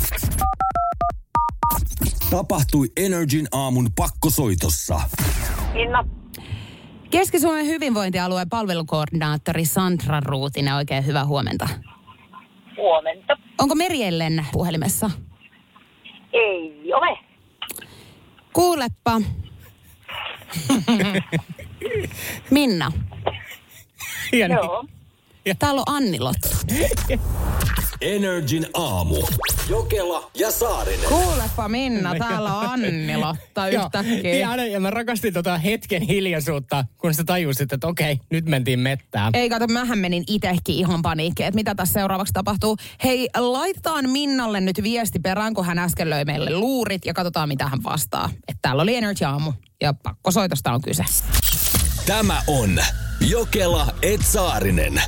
Tapahtui Energin aamun pakkosoitossa. Minna. Keski-Suomen hyvinvointialueen palvelukoordinaattori Sandra Ruutinen, oikein hyvää huomenta. Huomenta. Onko Meriellen puhelimessa? Ei ole. Kuulepa. Minna. Joo. Täällä on Anni Lottu. Energin aamu. Jokela ja Saarinen. Kuulepa Minna, täällä on Anni Lotta yhtäkkiä. Ja mä rakastin hetken hiljaisuutta, kun sä tajusit, että okei, nyt mentiin mettään. Ei kato, mähän menin itsekin ihan paniikkiin, että mitä tässä seuraavaksi tapahtuu. Hei, laitetaan Minnalle nyt viesti perään, kun hän äsken löi meille luurit ja katsotaan, mitä hän vastaa. Että täällä oli Energy aamu ja pakkosoitosta on kyse. Tämä on Jokela et Saarinen.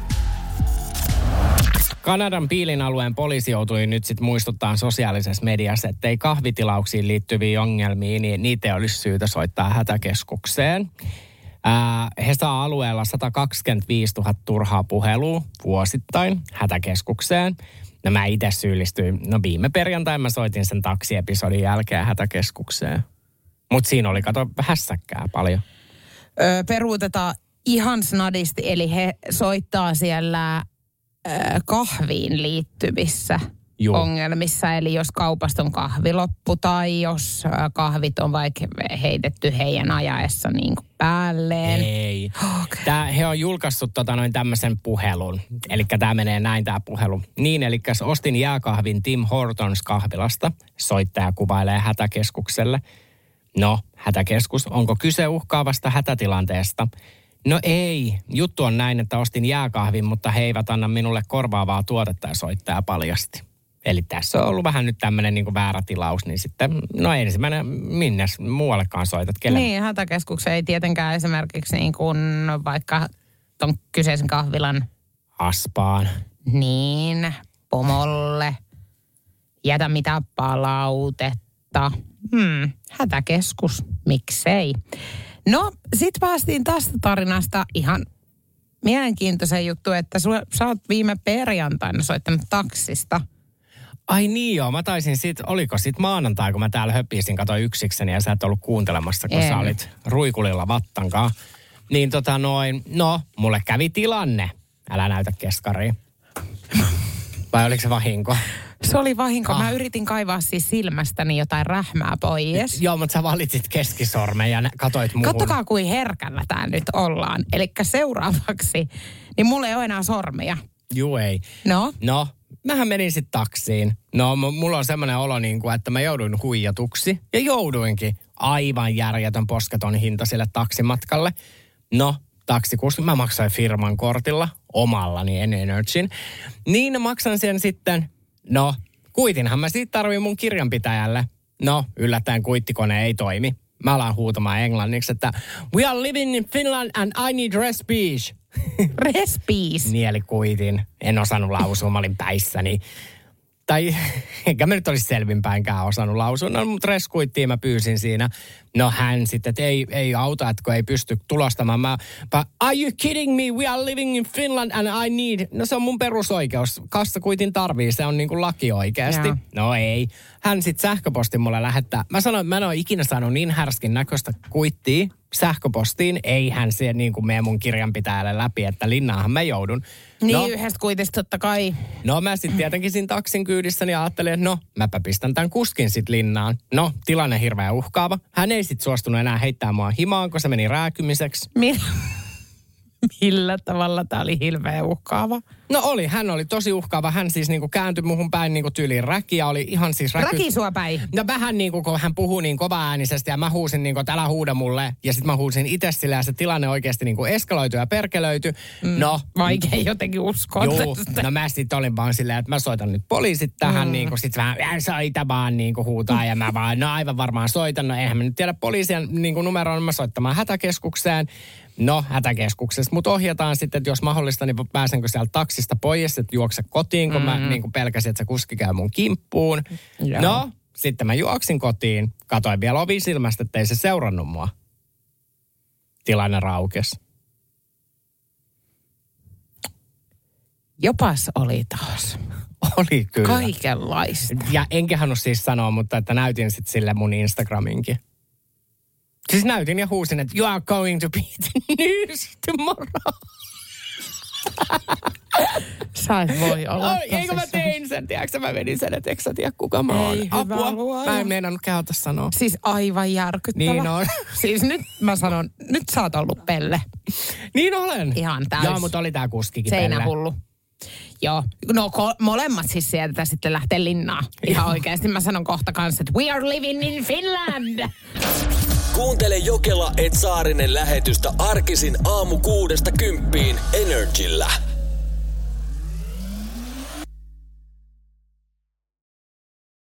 Kanadan Piilin alueen poliisi joutui nyt sitten muistuttaa sosiaalisessa mediassa, että ei kahvitilauksiin liittyviä ongelmia, niin niitä ei olisi syytä soittaa hätäkeskukseen. He saa alueella 125 000 turhaa puhelua vuosittain hätäkeskukseen. No mä itse syyllistyin. No viime perjantaina mä soitin sen taksiepisodin jälkeen hätäkeskukseen. Mutta siinä oli, kato, hässäkkää paljon. Peruutetaan ihan snadisti, eli he soittaa siellä kahviin liittyvissä ongelmissa. Eli jos kaupasta on kahvi loppu tai jos kahvit on vaikka heitetty heidän ajaessa niin kuin päälleen. Ei. Okay. He on julkaissut tämmöisen puhelun. Eli tämä menee näin tämä puhelu. Niin, eli ostin jääkahvin Tim Hortons kahvilasta. Soittaja kuvailee hätäkeskukselle. No, hätäkeskus, onko kyse uhkaavasta hätätilanteesta? No ei. Juttu on näin, että ostin jääkahvin, mutta he eivät anna minulle korvaavaa tuotetta ja soittaja paljasti. Eli tässä on ollut vähän nyt tämmöinen niin kuin väärä tilaus, niin sitten, no ensimmäinen, minne muuallekaan soitat? Kelle? Niin, hätäkeskuksen ei tietenkään esimerkiksi niin kuin vaikka ton kyseisen kahvilan Aspaan. Niin, pomolle. Jätä mitään palautetta. Hätäkeskus, miksei. No, sit päästiin tästä tarinasta ihan mielenkiintoisen juttu, että sä oot viime perjantaina soittanut taksista. Ai niin joo, mä taisin oliko sit maanantai, kun mä täällä höpisin, katsoin yksikseni ja sä et ollut kuuntelemassa, kun sä olit ruikulilla vattankaan. Niin mulle kävi tilanne. Älä näytä keskariin. Vai oliko se vahinko? Se oli vahinko. Mä yritin kaivaa siis silmästäni jotain rähmää pois. Joo, mutta sä valitsit keskisormen ja katoit muuhun. Kattokaa, kuin herkällä tää nyt ollaan. Elikkä seuraavaksi, niin mulla ei ole enää sormia. Juu ei. No, mähän menin sitten taksiin. No, mulla on semmoinen olo, että mä jouduin huijatuksi. Ja jouduinkin. Aivan järjetön posketon hinta sille taksimatkalle. No, taksikuski, mä maksoin firman kortilla, omallani en Energyn. Niin maksan sen sitten, no, kuitinhan mä siitä tarviin mun kirjanpitäjälle. No, yllättäen kuittikone ei toimi. Mä alan huutamaan englanniksi, että we are living in Finland and I need respite. Respite? Niin, eli kuitin. En osannut lausua, mä olin päissäni. Tai enkä mä nyt olisi selvinpäinkään osannut lausua. No, mutta reskuittiin mä pyysin siinä. No hän sitten, että ei auta, että kun ei pysty tulostamaan. Are you kidding me? We are living in Finland and I need... No se on mun perusoikeus. Kassakuitin tarvii, se on niin kuin laki oikeasti. Ja. No ei. Hän sitten sähköpostin mulle lähettää. Mä sanoin, että mä en ole ikinä saanut niin härskin näköistä kuittia sähköpostiin. Ei hän siihen niin kuin mene mun kirjanpitäjälle läpi, että linnaahan mä joudun. Niin, yhdestä kuitista totta kai. No mä sitten tietenkin siinä taksin kyydissäni ajattelin, että mäpä pistän tämän kuskin sit linnaan. No, tilanne hirveän uhkaava. Hän ei sitten suostunut enää heittää mua himaan, kun se meni rääkymiseksi. Millä tavalla tää oli hirveän uhkaava? No oli, hän oli tosi uhkaava. Hän siis niinku kääntyi muhun päin niinku tyyliin räkiä. Oli ihan siis Räki sua päin? No vähän niinku, kun hän puhui niin kova-äänisesti ja mä huusin niinku, että älä huuda mulle. Ja sit mä huusin itse sille ja se tilanne oikeasti niinku eskaloitui ja perkelöityi. No. Vaikea jotenkin uskoa. Joo, no mä sit olin vaan silleen, että mä soitan nyt poliisit tähän niinku. Sit vähän soita vaan niinku huutaa ja mä vaan, no aivan varmaan soitan. No eihän mä nyt tiedä poliisien niinku numeroon, mä soittamaan hätäkeskukseen. No, hätäkeskuksessa. Mut ohjataan sitten, että jos mahdollista, niin pääsenkö sieltä taksista pois, että juokse kotiin, kun mä niin pelkäsin, että se kuski käy mun kimppuun. Joo. No, sitten mä juoksin kotiin. Katoin vielä ovisilmästä, ettei se seurannut mua. Tilanne raukesi. Jopas oli taas. Oli kyllä. Kaikenlaista. Ja enköhän ole siis sanoa, mutta että näytin sitten sille mun Instagraminkin. Siis näytin ja huusin, että you are going to be the news tomorrow. Sä et voi olla. Eikö mä tein sen, tiedätkö? Mä vedin sen, että eikö sä tiedä kuka mä oon. Apua. Mä en meinannut kehota sanoa. Siis aivan järkyttävä. Niin on. Siis nyt mä sanon, nyt sä oot ollut pelle. Niin olen. Ihan täys. Joo, mutta oli tää kuskikin pelle. Seinähullu. Joo, no molemmat siis sieltä sitten lähtee linnaan. Ihan oikeasti mä sanon kohta kanssa, että we are living in Finland. Kuuntele Jokela et Saarinen lähetystä arkisin aamu 6–10 Energillä.